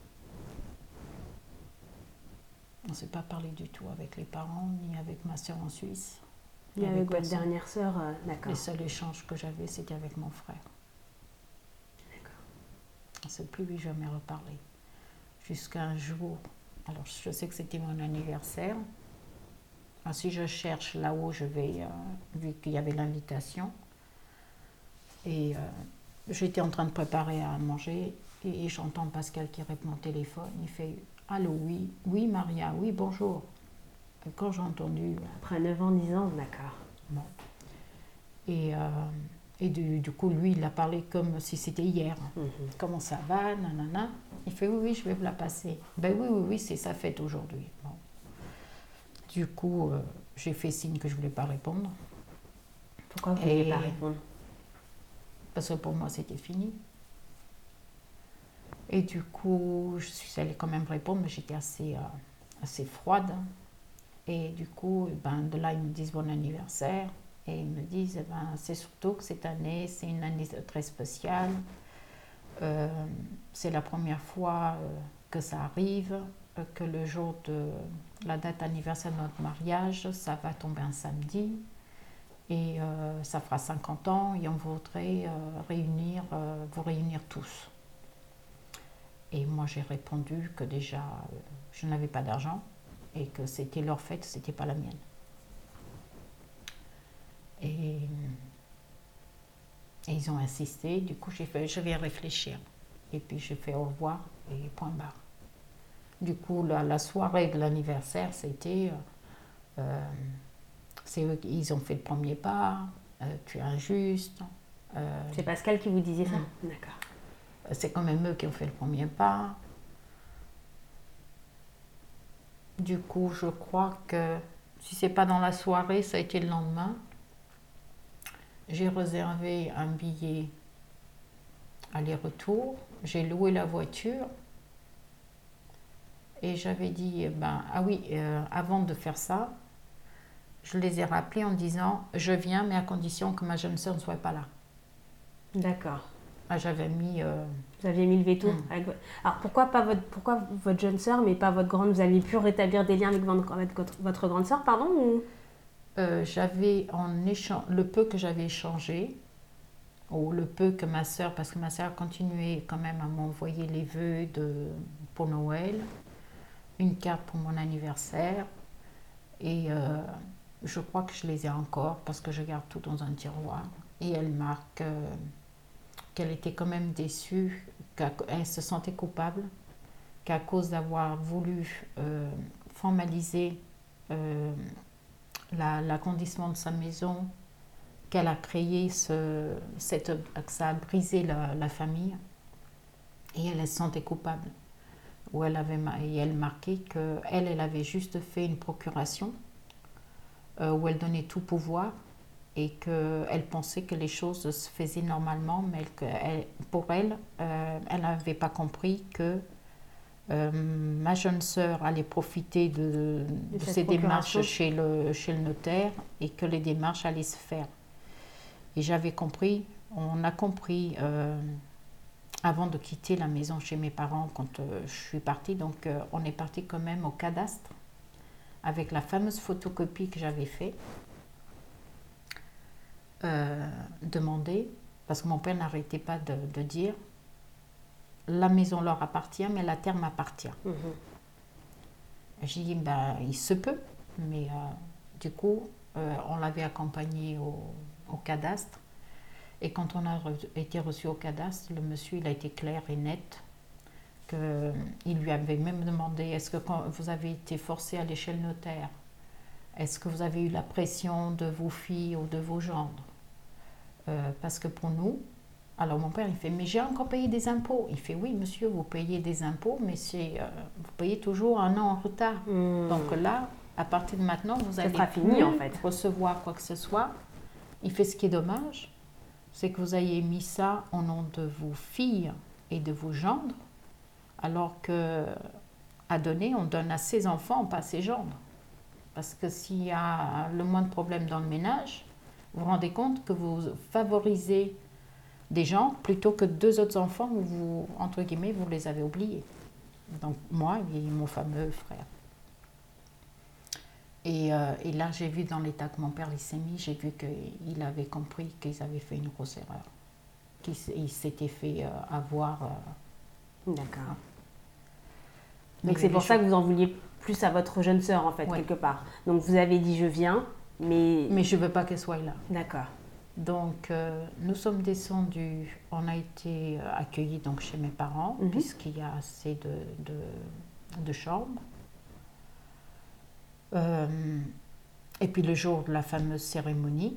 On ne s'est pas parlé du tout avec les parents, ni avec ma soeur en Suisse. Ni avec, avec votre dernière sœur, euh, d'accord. Les seuls échanges que j'avais, c'était avec mon frère. D'accord. On ne s'est plus jamais reparlé. Jusqu'à un jour, alors je sais que c'était mon anniversaire. Alors, si je cherche là-haut, je vais, euh, vu qu'il y avait l'invitation. Et euh, j'étais en train de préparer à manger et, et j'entends Pascal qui répond au téléphone. Il fait « Allô, oui, oui Maria, oui, bonjour ». Et quand j'ai entendu... Après neuf ans, dix ans, d'accord. Bon. Et, euh, et du, du coup, lui, il a parlé comme si c'était hier. Mm-hmm. Comment ça va, nanana. Il fait « Oui, oui, je vais vous la passer ». Ben oui, oui, oui, c'est sa fête aujourd'hui. Bon. Du coup, euh, j'ai fait signe que je ne voulais pas répondre. Pourquoi vous ne vouliez pas répondre? Parce que pour moi, c'était fini. Et du coup, je suis allée quand même répondre, mais j'étais assez, euh, assez froide. Et du coup, ben, de là, ils me disent bon anniversaire. Et ils me disent, eh ben, c'est surtout que cette année, c'est une année très spéciale. Euh, c'est la première fois euh, que ça arrive, euh, que le jour de la date anniversaire de notre mariage, ça va tomber un samedi. Et euh, ça fera cinquante ans et on voudrait euh, réunir, euh, vous réunir tous. Et moi, j'ai répondu que déjà, euh, je n'avais pas d'argent et que c'était leur fête, c'était pas la mienne. Et, et ils ont insisté, du coup, j'ai fait, je vais réfléchir. Et puis, j'ai fait au revoir et point barre. Du coup, la, la soirée de l'anniversaire, c'était... Euh, c'est eux, ils ont fait le premier pas, euh, tu es injuste. Euh, c'est Pascal qui vous disait ça? Mmh. D'accord. C'est quand même eux qui ont fait le premier pas. Du coup, je crois que si c'est pas dans la soirée, ça a été le lendemain. J'ai réservé un billet aller-retour. J'ai loué la voiture. Et j'avais dit, ben, ah oui, euh, avant de faire ça, je les ai rappelés en disant, je viens, mais à condition que ma jeune sœur ne soit pas là. D'accord. Ah, j'avais mis... Euh... Vous aviez mis le veto. Mmh. Avec... Alors pourquoi pas votre, pourquoi votre jeune sœur, mais pas votre grande? Vous aviez pu rétablir des liens avec votre, avec votre grande sœur, pardon ou... euh, J'avais en échange, le peu que j'avais échangé, ou le peu que ma sœur, parce que ma sœur a continué quand même à m'envoyer les vœux de, pour Noël, une carte pour mon anniversaire, et euh, je crois que je les ai encore, parce que je garde tout dans un tiroir, et elle marque... Euh, qu'elle était quand même déçue, qu'elle se sentait coupable, qu'à cause d'avoir voulu euh, formaliser euh, la, l'agrandissement de sa maison, qu'elle a créé ce, cette, que ça a brisé la, la famille, et elle, elle se sentait coupable. Où elle avait, et elle marquait qu'elle, elle avait juste fait une procuration euh, où elle donnait tout pouvoir, et qu'elle pensait que les choses se faisaient normalement, mais elle, pour elle, euh, elle n'avait pas compris que euh, ma jeune sœur allait profiter de, de, de ces démarches chez le, chez le notaire et que les démarches allaient se faire. Et j'avais compris, on a compris euh, avant de quitter la maison chez mes parents quand euh, je suis partie, donc euh, on est parti quand même au cadastre avec la fameuse photocopie que j'avais faite. Euh, demander, parce que mon père n'arrêtait pas de, de dire la maison leur appartient, mais la terre m'appartient. Mmh. J'ai dit, ben, il se peut, mais euh, du coup, euh, on l'avait accompagné au, au cadastre, et quand on a re- été reçu au cadastre, le monsieur, il a été clair et net, qu'il lui avait même demandé, est-ce que quand vous avez été forcé à aller chez le notaire, est-ce que vous avez eu la pression de vos filles ou de vos gendres? euh, Parce que pour nous, alors mon père il fait, mais j'ai encore payé des impôts. Il fait, oui monsieur, vous payez des impôts, mais c'est, euh, vous payez toujours un an en retard. Mmh. Donc là, à partir de maintenant, vous allez fini, en fait. recevoir quoi que ce soit. Il fait, ce qui est dommage, c'est que vous ayez mis ça au nom de vos filles et de vos gendres, alors que à donner, on donne à ses enfants, pas à ses gendres. Parce que s'il y a le moins de problèmes dans le ménage, vous vous rendez compte que vous favorisez des gens plutôt que deux autres enfants où vous, entre guillemets, vous les avez oubliés. Donc moi et mon fameux frère. Et, euh, et là, j'ai vu dans l'état que mon père il s'est mis, j'ai vu qu'il avait compris qu'ils avaient fait une grosse erreur. Qu'il s'était fait euh, avoir. Euh, D'accord. Donc c'est pour ça que vous en vouliez plus à votre jeune sœur, en fait, ouais. quelque part. Donc vous avez dit je viens, mais... Mais je ne veux pas qu'elle soit là. D'accord. Donc euh, nous sommes descendus, on a été accueillis donc, chez mes parents, mm-hmm. puisqu'il y a assez de, de, de chambres. Euh, et puis le jour de la fameuse cérémonie,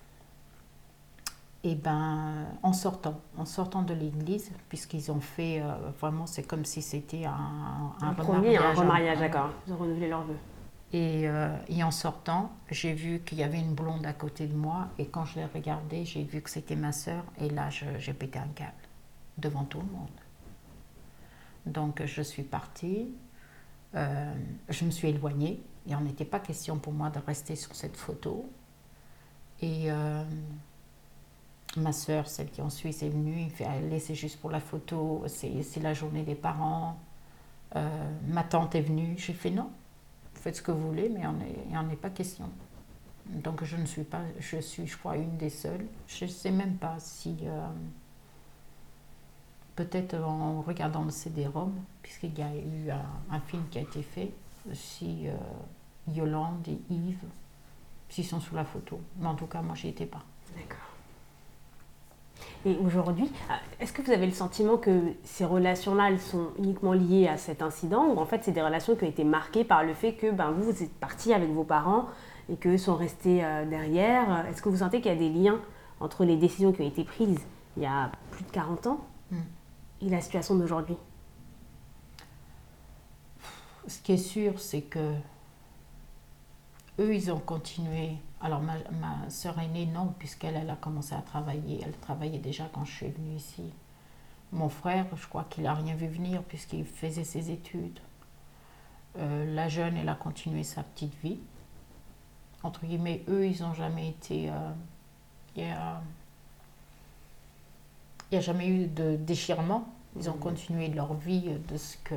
et ben, en sortant, en sortant de l'église, puisqu'ils ont fait, euh, vraiment, c'est comme si c'était un, un, un premier, un remariage, d'accord, ils ont renouvelé leurs vœux. Et, euh, et en sortant, j'ai vu qu'il y avait une blonde à côté de moi, et quand je l'ai regardée, j'ai vu que c'était ma sœur, et là, je, j'ai pété un câble, devant tout le monde. Donc, je suis partie, euh, je me suis éloignée, et il n'était pas question pour moi de rester sur cette photo. Et... Euh, ma sœur, celle qui en Suisse est venue, il fait laissez juste pour la photo, c'est, c'est la journée des parents. Euh, ma tante est venue, j'ai fait non, faites ce que vous voulez, mais il n'en est pas question. Donc je ne suis pas, je suis, je crois, une des seules. Je ne sais même pas si, euh, peut-être en regardant le C D-ROM, puisqu'il y a eu un, un film qui a été fait, si euh, Yolande et Yves, s'ils sont sous la photo. Mais en tout cas, moi, j'y étais pas. D'accord. Et aujourd'hui, est-ce que vous avez le sentiment que ces relations-là, elles sont uniquement liées à cet incident, ou en fait c'est des relations qui ont été marquées par le fait que ben, vous, vous êtes partis avec vos parents et qu'eux sont restés euh, derrière? Est-ce que vous sentez qu'il y a des liens entre les décisions qui ont été prises il y a plus de quarante ans mm. et la situation d'aujourd'hui? Ce qui est sûr, c'est que eux, ils ont continué. Alors, ma, ma sœur aînée, non, puisqu'elle elle a commencé à travailler. Elle travaillait déjà quand je suis venue ici. Mon frère, je crois qu'il n'a rien vu venir, puisqu'il faisait ses études. Euh, la jeune, elle a continué sa petite vie. Entre guillemets, eux, ils n'ont jamais été... Euh, il n'y a, a jamais eu de déchirement. Ils ont continué leur vie de ce que...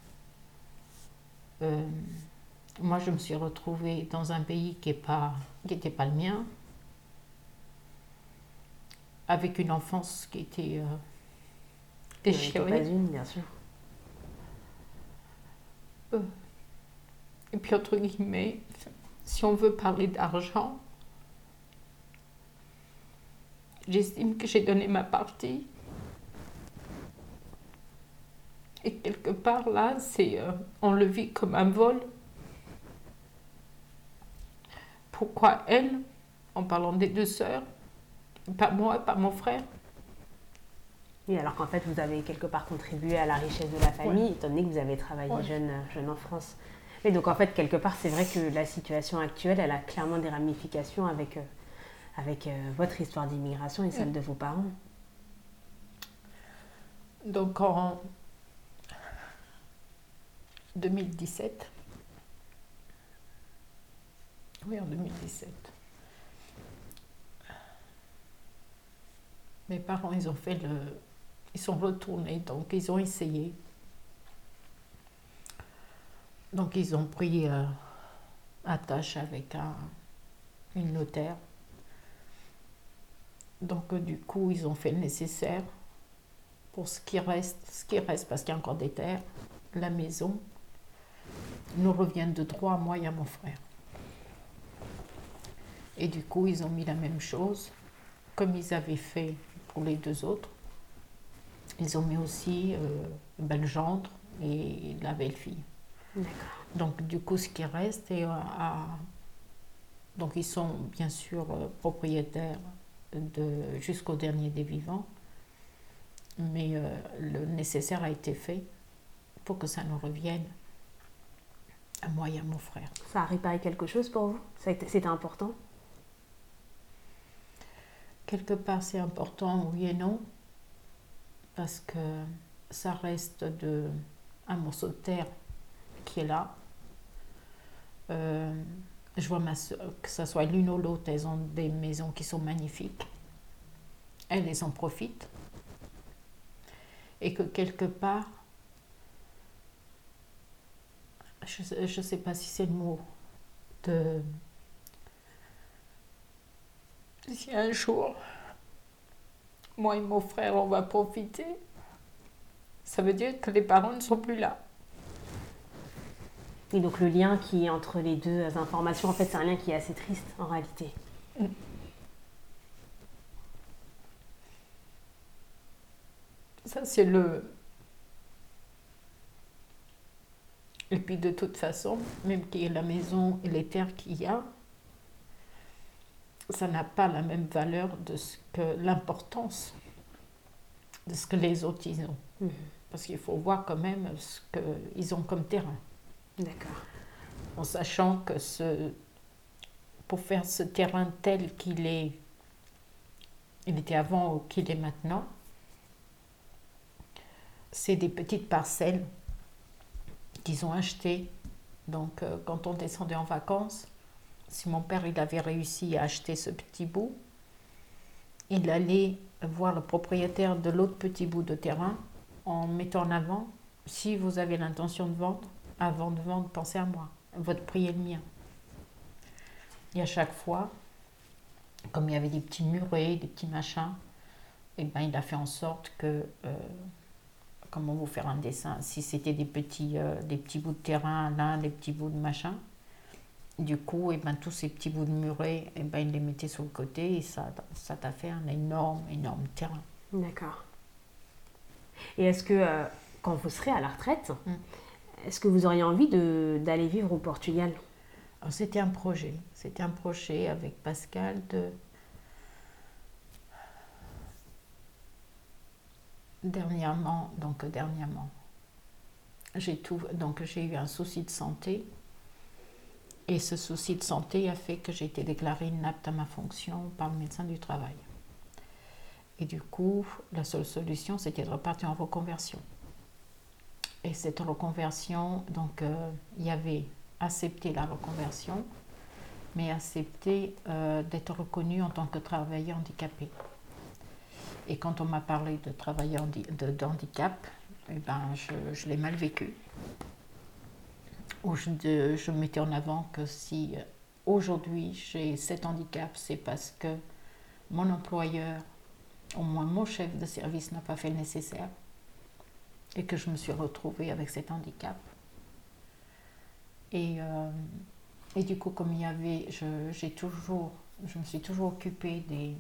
Euh, Moi, je me suis retrouvée dans un pays qui n'était pas, qui était pas le mien, avec une enfance qui était euh, déchirée. Pas une, bien sûr. Euh, et puis, entre guillemets, si on veut parler d'argent, j'estime que j'ai donné ma partie. Et quelque part, là, c'est, euh, on le vit comme un vol. Pourquoi elle, en parlant des deux sœurs, pas moi, pas mon frère? Oui, alors qu'en fait, vous avez quelque part contribué à la richesse de la famille, ouais. étant donné que vous avez travaillé ouais. jeune, jeune en France. Et donc, en fait, quelque part, c'est vrai que la situation actuelle, elle a clairement des ramifications avec, euh, avec euh, votre histoire d'immigration et celle ouais. de vos parents. Donc, en deux mille dix-sept, oui, en deux mille dix-sept. Mes parents, ils ont fait le... Ils sont retournés, donc ils ont essayé. Donc ils ont pris euh, attache avec un, une notaire. Donc euh, du coup, ils ont fait le nécessaire pour ce qui reste, ce qui reste parce qu'il y a encore des terres, la maison, nous reviennent de droit à moi et à mon frère. Et du coup, ils ont mis la même chose, comme ils avaient fait pour les deux autres. Ils ont mis aussi euh, ben, le gendre et la belle-fille. D'accord. Donc, du coup, ce qui reste est à... Donc, ils sont bien sûr euh, propriétaires de, jusqu'au dernier des vivants, mais euh, le nécessaire a été fait pour que ça nous revienne à moi et à mon frère. Ça a réparé quelque chose pour vous? C'était important? quelque part c'est important, oui et non, parce que ça reste de, un morceau de terre qui est là. Euh, je vois ma soeur, que ce soit l'une ou l'autre, elles ont des maisons qui sont magnifiques. Elles, elles en profitent. Et que quelque part, je ne sais pas si c'est le mot, de, si un jour, moi et mon frère, on va profiter, ça veut dire que les parents ne sont plus là. Et donc le lien qui est entre les deux informations, en fait, c'est un lien qui est assez triste en réalité. Mm. Ça, c'est le... Et puis de toute façon, même qu'il y ait la maison et les terres qu'il y a, ça n'a pas la même valeur de ce que l'importance de ce que les autres ils ont. Mmh. Parce qu'il faut voir quand même ce qu'ils ont comme terrain. D'accord. En sachant que ce, pour faire ce terrain tel qu'il est, il était avant ou qu'il est maintenant, c'est des petites parcelles qu'ils ont achetées. Donc euh, quand on descendait en vacances, si mon père il avait réussi à acheter ce petit bout, il allait voir le propriétaire de l'autre petit bout de terrain en mettant en avant, si vous avez l'intention de vendre, avant de vendre, pensez à moi, votre prix est le mien. Et à chaque fois, comme il y avait des petits murets, des petits machins, et ben il a fait en sorte que, euh, comment vous faire un dessin, si c'était des petits, euh, des petits bouts de terrain là, des petits bouts de machin, du coup, et ben, tous ces petits bouts de muret, et ben, il les mettait sur le côté et ça, ça t'a fait un énorme, énorme terrain. D'accord. Et est-ce que, euh, quand vous serez à la retraite, mm. est-ce que vous auriez envie de, d'aller vivre au Portugal ? Alors, c'était un projet. C'était un projet avec Pascal de... Dernièrement, donc dernièrement, j'ai, tout, donc, j'ai eu un souci de santé. Et ce souci de santé a fait que j'ai été déclarée inapte à ma fonction par le médecin du travail. Et du coup, la seule solution, c'était de repartir en reconversion. Et cette reconversion, donc, euh, il y avait accepté la reconversion, mais accepté euh, d'être reconnu en tant que travailleur handicapé. Et quand on m'a parlé de travailleur de, de handicap, eh ben, je, je l'ai mal vécu. Où je, de, je mettais en avant que si aujourd'hui j'ai cet handicap, c'est parce que mon employeur, au moins mon chef de service, n'a pas fait le nécessaire et que je me suis retrouvée avec cet handicap. Et, euh, et du coup, comme il y avait, je, j'ai toujours, je me suis toujours occupée des...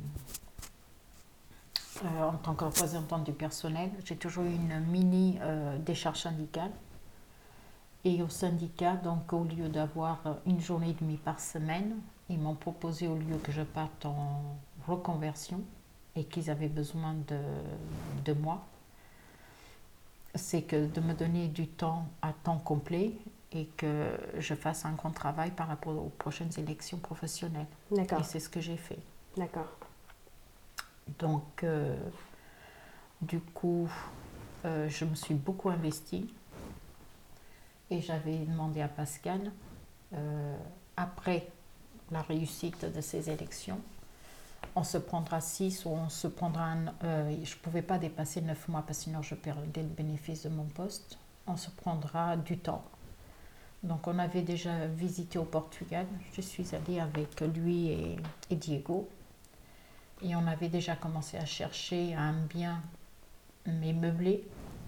Euh, en tant que représentante du personnel, j'ai toujours eu une mini euh, décharge syndicale. Et au syndicat, donc au lieu d'avoir une journée et demie par semaine, ils m'ont proposé, au lieu que je parte en reconversion et qu'ils avaient besoin de, de moi, c'est que de me donner du temps à temps complet et que je fasse un grand travail par rapport aux prochaines élections professionnelles. D'accord. Et c'est ce que j'ai fait. D'accord. Donc, euh, du coup, euh, je me suis beaucoup investie. Et j'avais demandé à Pascal, euh, après la réussite de ces élections, on se prendra six ou on se prendra un... Euh, je ne pouvais pas dépasser neuf mois parce que sinon je perdais le bénéfice de mon poste. On se prendra du temps. Donc on avait déjà visité au Portugal. Je suis allée avec lui et, et Diego. Et on avait déjà commencé à chercher un bien, mais meublé.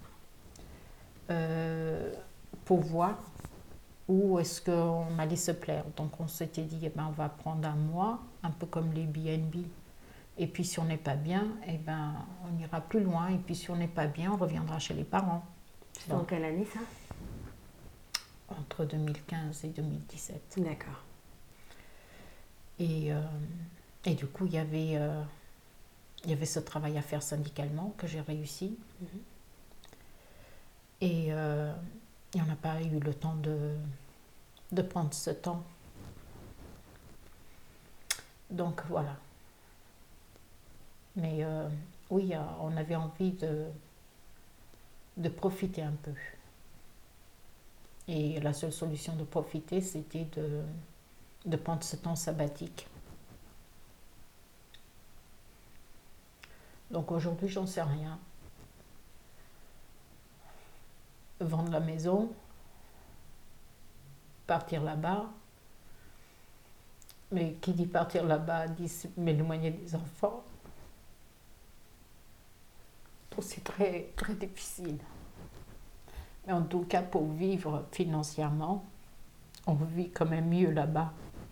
Euh, pour voir où est-ce qu'on allait se plaire. Donc on s'était dit, eh ben, on va prendre un mois, un peu comme les B and B. Et puis si on n'est pas bien, eh ben, on ira plus loin. Et puis si on n'est pas bien, on reviendra chez les parents. C'est en quelle année ça ? Entre deux mille quinze et deux mille dix-sept. D'accord. Et, euh, et du coup, il y avait, euh, il y avait ce travail à faire syndicalement que j'ai réussi. Mm-hmm. Et... Euh, Et on n'a pas eu le temps de, de prendre ce temps. Donc voilà. Mais euh, oui, euh, on avait envie de, de profiter un peu. Et la seule solution de profiter, c'était de, de prendre ce temps sabbatique. Donc aujourd'hui, j'en sais rien. Vendre la maison, partir là-bas. Mais qui dit partir là-bas dit m'éloigner des enfants. Donc c'est très, très difficile. Mais en tout cas, pour vivre financièrement, on vit quand même mieux là-bas.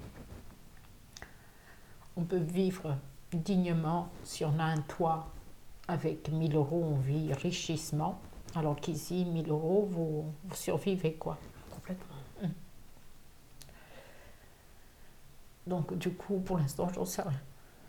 On peut vivre dignement si on a un toit. Avec mille euros, on vit richissement. Alors qu'ici, mille euros, vous, vous survivez quoi. Complètement. Hum. Donc du coup, pour l'instant, j'en sais rien.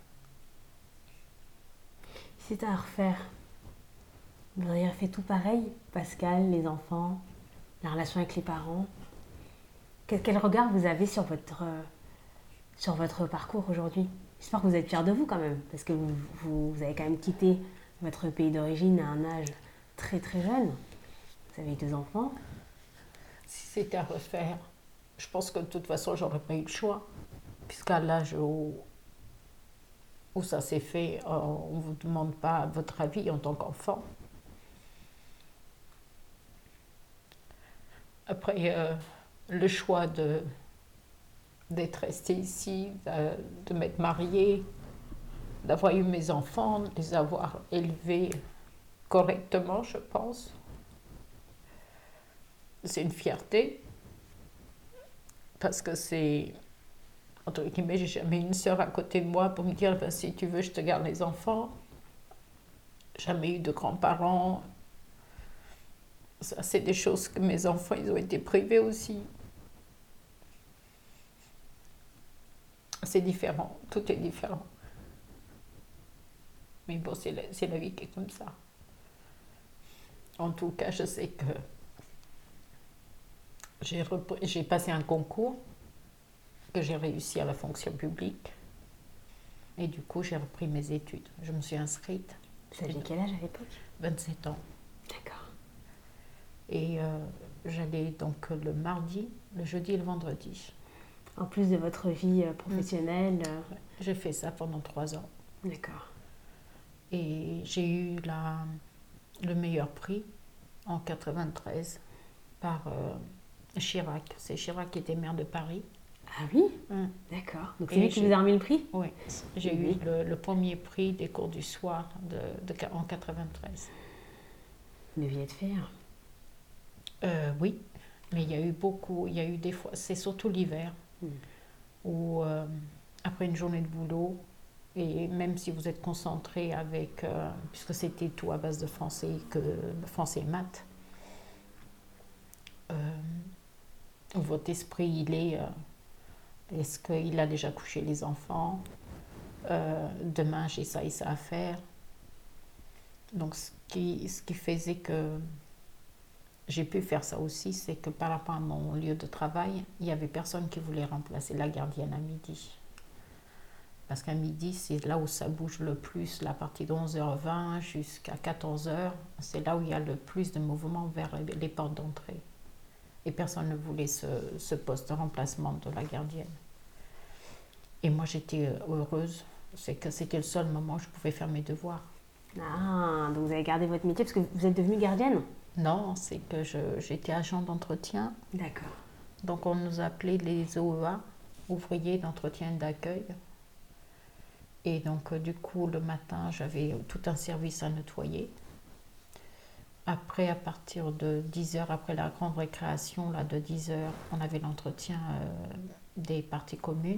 Si c'était à refaire, vous auriez fait tout pareil? Pascal, les enfants, la relation avec les parents. Quel, quel regard vous avez sur votre, euh, sur votre parcours aujourd'hui? J'espère que vous êtes fiers de vous quand même, parce que vous, vous, vous avez quand même quitté votre pays d'origine à un âge très très jeune. Vous avez deux enfants. Si c'était à refaire, je pense que de toute façon, j'aurais pas eu le choix. Puisqu'à l'âge où, où ça s'est fait, on ne vous demande pas votre avis en tant qu'enfant. Après, euh, le choix de, d'être resté ici, de, de m'être mariée, d'avoir eu mes enfants, de les avoir élevés correctement, je pense. C'est une fierté, parce que c'est, entre guillemets, j'ai jamais eu une sœur à côté de moi pour me dire, ben, si tu veux, je te garde les enfants. Jamais eu de grands-parents. Ça, c'est des choses que mes enfants, ils ont été privés aussi. C'est différent, tout est différent. Mais bon, c'est la, c'est la vie qui est comme ça. En tout cas, je sais que j'ai, repris, j'ai passé un concours, que j'ai réussi à la fonction publique. Et du coup, j'ai repris mes études. Je me suis inscrite. Vous aviez quel âge à l'époque? vingt-sept ans. D'accord. Et euh, j'allais donc le mardi, le jeudi et le vendredi. En plus de votre vie professionnelle. Mmh. J'ai fait ça pendant trois ans. D'accord. Et j'ai eu la, le meilleur prix en quatre-vingt-treize par euh, Chirac. C'est Chirac qui était maire de Paris. Ah oui? Mmh. D'accord. Donc c'est lui qui vous a remis le prix? Oui. J'ai mmh. eu le, le premier prix des cours du soir de, de, en quatre-vingt-treize. Vous deviez être fière. Euh, oui, mais il y a eu beaucoup, il y a eu des fois, c'est surtout l'hiver, mmh. où euh, après une journée de boulot, et même si vous êtes concentré avec, euh, puisque c'était tout à base de français, que, français et maths, euh, votre esprit, il est, euh, est-ce qu'il a déjà couché les enfants, euh, demain j'ai ça et ça à faire. Donc ce qui, ce qui faisait que j'ai pu faire ça aussi, c'est que par rapport à mon lieu de travail, il n'y avait personne qui voulait remplacer la gardienne à midi. Parce qu'à midi, c'est là où ça bouge le plus, la partie de onze heures vingt jusqu'à quatorze heures. C'est là où il y a le plus de mouvement vers les portes d'entrée. Et personne ne voulait ce, ce poste de remplacement de la gardienne. Et moi, j'étais heureuse. C'est que c'était le seul moment où je pouvais faire mes devoirs. Ah, donc vous avez gardé votre métier parce que vous êtes devenue gardienne? Non, c'est que je, j'étais agent d'entretien. D'accord. Donc on nous appelait les O E A, ouvriers d'entretien et d'accueil. Et donc euh, du coup, le matin, j'avais tout un service à nettoyer. Après, à partir de dix heures, après la grande récréation, là, de dix heures, on avait l'entretien euh, des parties communes.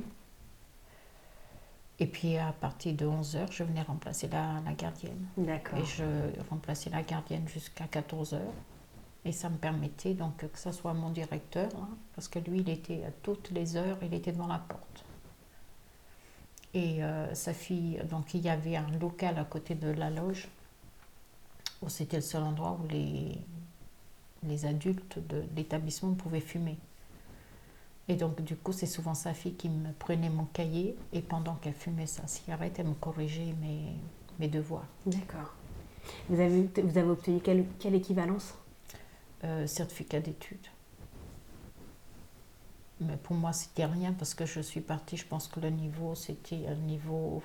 Et puis à partir de onze heures, je venais remplacer la, la gardienne. D'accord. Et je remplaçais la gardienne jusqu'à quatorze heures. Et ça me permettait donc que ce soit mon directeur, hein, parce que lui, il était à toutes les heures, il était devant la porte. Et euh, sa fille, donc il y avait un local à côté de la loge, où c'était le seul endroit où les, les adultes de l'établissement pouvaient fumer. Et donc, du coup, c'est souvent sa fille qui me prenait mon cahier et pendant qu'elle fumait sa cigarette, elle me corrigeait mes, mes devoirs. D'accord. Vous avez, vous avez obtenu quelle, quelle équivalence? Euh, certificat d'études. Mais pour moi, c'était rien parce que je suis partie, je pense que le niveau, c'était un niveau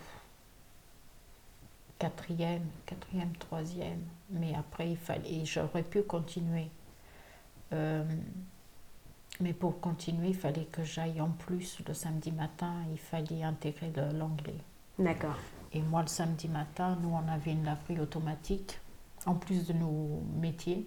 quatrième, quatrième, troisième. Mais après, il fallait, j'aurais pu continuer. Euh, mais pour continuer, il fallait que j'aille en plus le samedi matin, il fallait intégrer le- l'anglais. D'accord. Et moi, le samedi matin, nous, on avait une laverie automatique, en plus de nos métiers.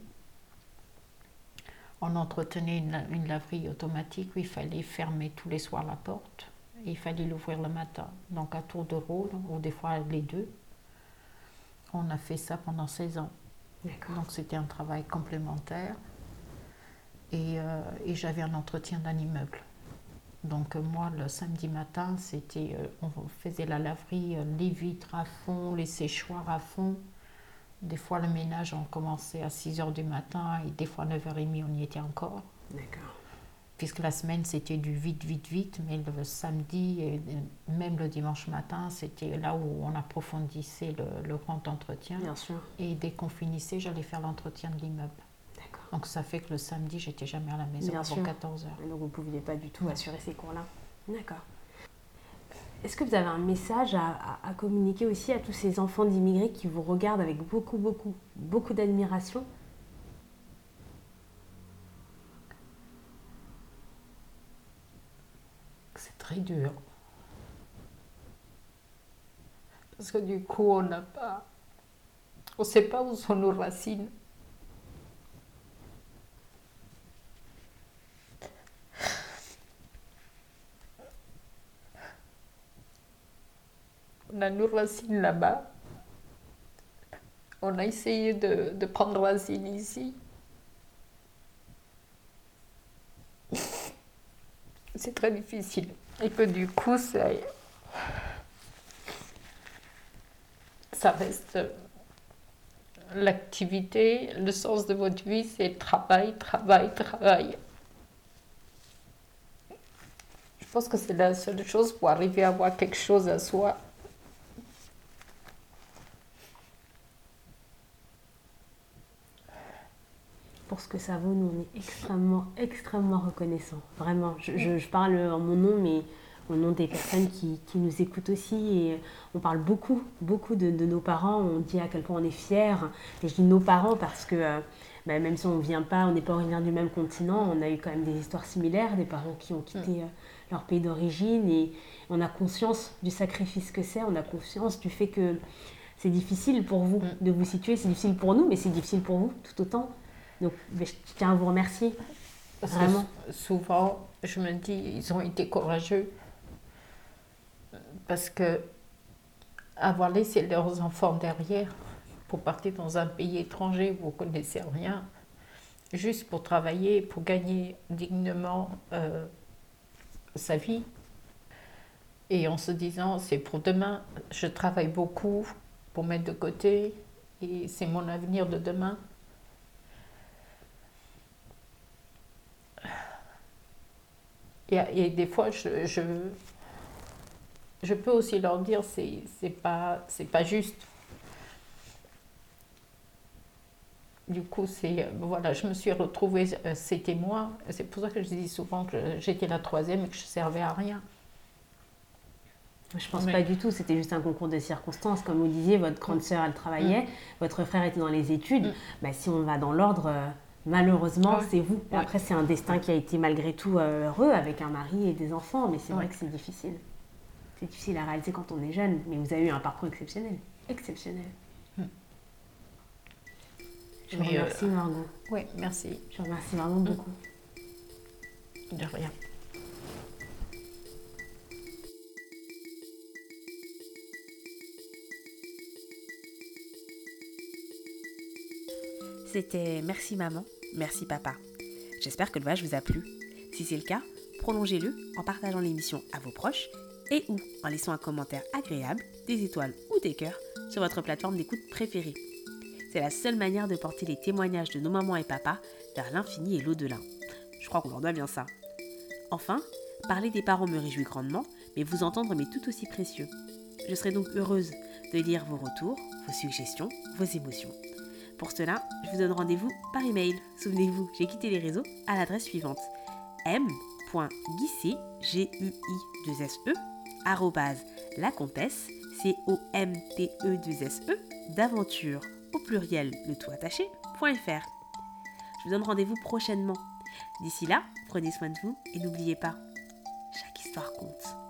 On entretenait une, une laverie automatique où il fallait fermer tous les soirs la porte et il fallait l'ouvrir le matin. Donc à tour de rôle, ou des fois les deux, on a fait ça pendant seize ans. D'accord. Donc c'était un travail complémentaire et, euh, et j'avais un entretien d'un immeuble. Donc euh, moi, le samedi matin, c'était, euh, on faisait la laverie, euh, les vitres à fond, les séchoirs à fond. Des fois, le ménage, on commençait à six heures du matin et des fois à neuf heures trente, on y était encore. D'accord. Puisque la semaine, c'était du vite, vite, vite, mais le samedi et même le dimanche matin, c'était là où on approfondissait le, le grand entretien. Bien sûr. Et dès qu'on finissait, j'allais faire l'entretien de l'immeuble. D'accord. Donc ça fait que le samedi, j'étais jamais à la maison Bien avant sûr. quatorze heures. Donc vous ne pouviez pas du tout assurer ces cours-là. D'accord. Est-ce que vous avez un message à, à- à communiquer aussi à tous ces enfants d'immigrés qui vous regardent avec beaucoup, beaucoup, beaucoup d'admiration? C'est très dur. Parce que du coup, on n'a pas... On ne sait pas où sont nos racines. On a nos racines là-bas. On a essayé de, de prendre racine ici. C'est très difficile. Et que du coup, ça, ça reste l'activité, le sens de votre vie, c'est travail, travail, travail. Je pense que c'est la seule chose pour arriver à avoir quelque chose à soi. Pour ce que ça vaut, nous, on est extrêmement, extrêmement reconnaissants. Vraiment. Je, je- je parle en mon nom, mais au nom des personnes qui, qui nous écoutent aussi. Et on parle beaucoup, beaucoup de, de nos parents. On dit à quel point on est fiers. Et je dis nos parents parce que euh, bah, même si on vient pas, on n'est pas originaire du même continent, on a eu quand même des histoires similaires, des parents qui ont quitté euh, leur pays d'origine. Et on a conscience du sacrifice que c'est. On a conscience du fait que c'est difficile pour vous de vous situer. C'est difficile pour nous, mais c'est difficile pour vous tout autant. Donc, je tiens à vous remercier. Parce Vraiment. que souvent, je me dis, ils ont été courageux. Parce que avoir laissé leurs enfants derrière pour partir dans un pays étranger où vous ne connaissez rien, juste pour travailler, pour gagner dignement euh, sa vie, et en se disant, c'est pour demain, je travaille beaucoup pour mettre de côté, et c'est mon avenir de demain. Et, et des fois, je, je, je peux aussi leur dire, c'est, c'est pas, c'est pas juste. Du coup, c'est, voilà, je me suis retrouvée, c'était moi. C'est pour ça que je dis souvent que j'étais la troisième et que je servais à rien. Je pense Mais- pas du tout, c'était juste un concours de circonstances. Comme vous disiez, votre grande sœur, elle travaillait, votre frère était dans les études. Mm. Bah, si on va dans l'ordre, euh, malheureusement, Ouais. c'est vous. Et Ouais. après, c'est un destin qui a été malgré tout euh, heureux, avec un mari et des enfants. Mais c'est vrai Ouais. que c'est difficile. C'est difficile à réaliser quand on est jeune. Mais vous avez eu un parcours exceptionnel. Exceptionnel. Mm. Je vous Mais, euh, remercie, Margot. Oui, merci. Je vous remercie vraiment beaucoup. De rien. C'était merci maman, merci papa. J'espère que le voyage vous a plu. Si c'est le cas, prolongez-le en partageant l'émission à vos proches et ou en laissant un commentaire agréable, des étoiles ou des cœurs sur votre plateforme d'écoute préférée. C'est la seule manière de porter les témoignages de nos mamans et papas vers l'infini et l'au-delà. Je crois qu'on leur doit bien ça. Enfin, parler des parents me réjouit grandement, mais vous entendre m'est tout aussi précieux. Je serai donc heureuse de lire vos retours, vos suggestions, vos émotions. Pour cela, je vous donne rendez-vous par email. Souvenez-vous, j'ai quitté les réseaux à l'adresse suivante m point guisset, G U I deux S E, arrobase la comtesse, C O M T E deux S E, d'aventure au pluriel, le tout attaché, .fr. Je vous donne rendez-vous prochainement. D'ici là, prenez soin de vous et n'oubliez pas, chaque histoire compte.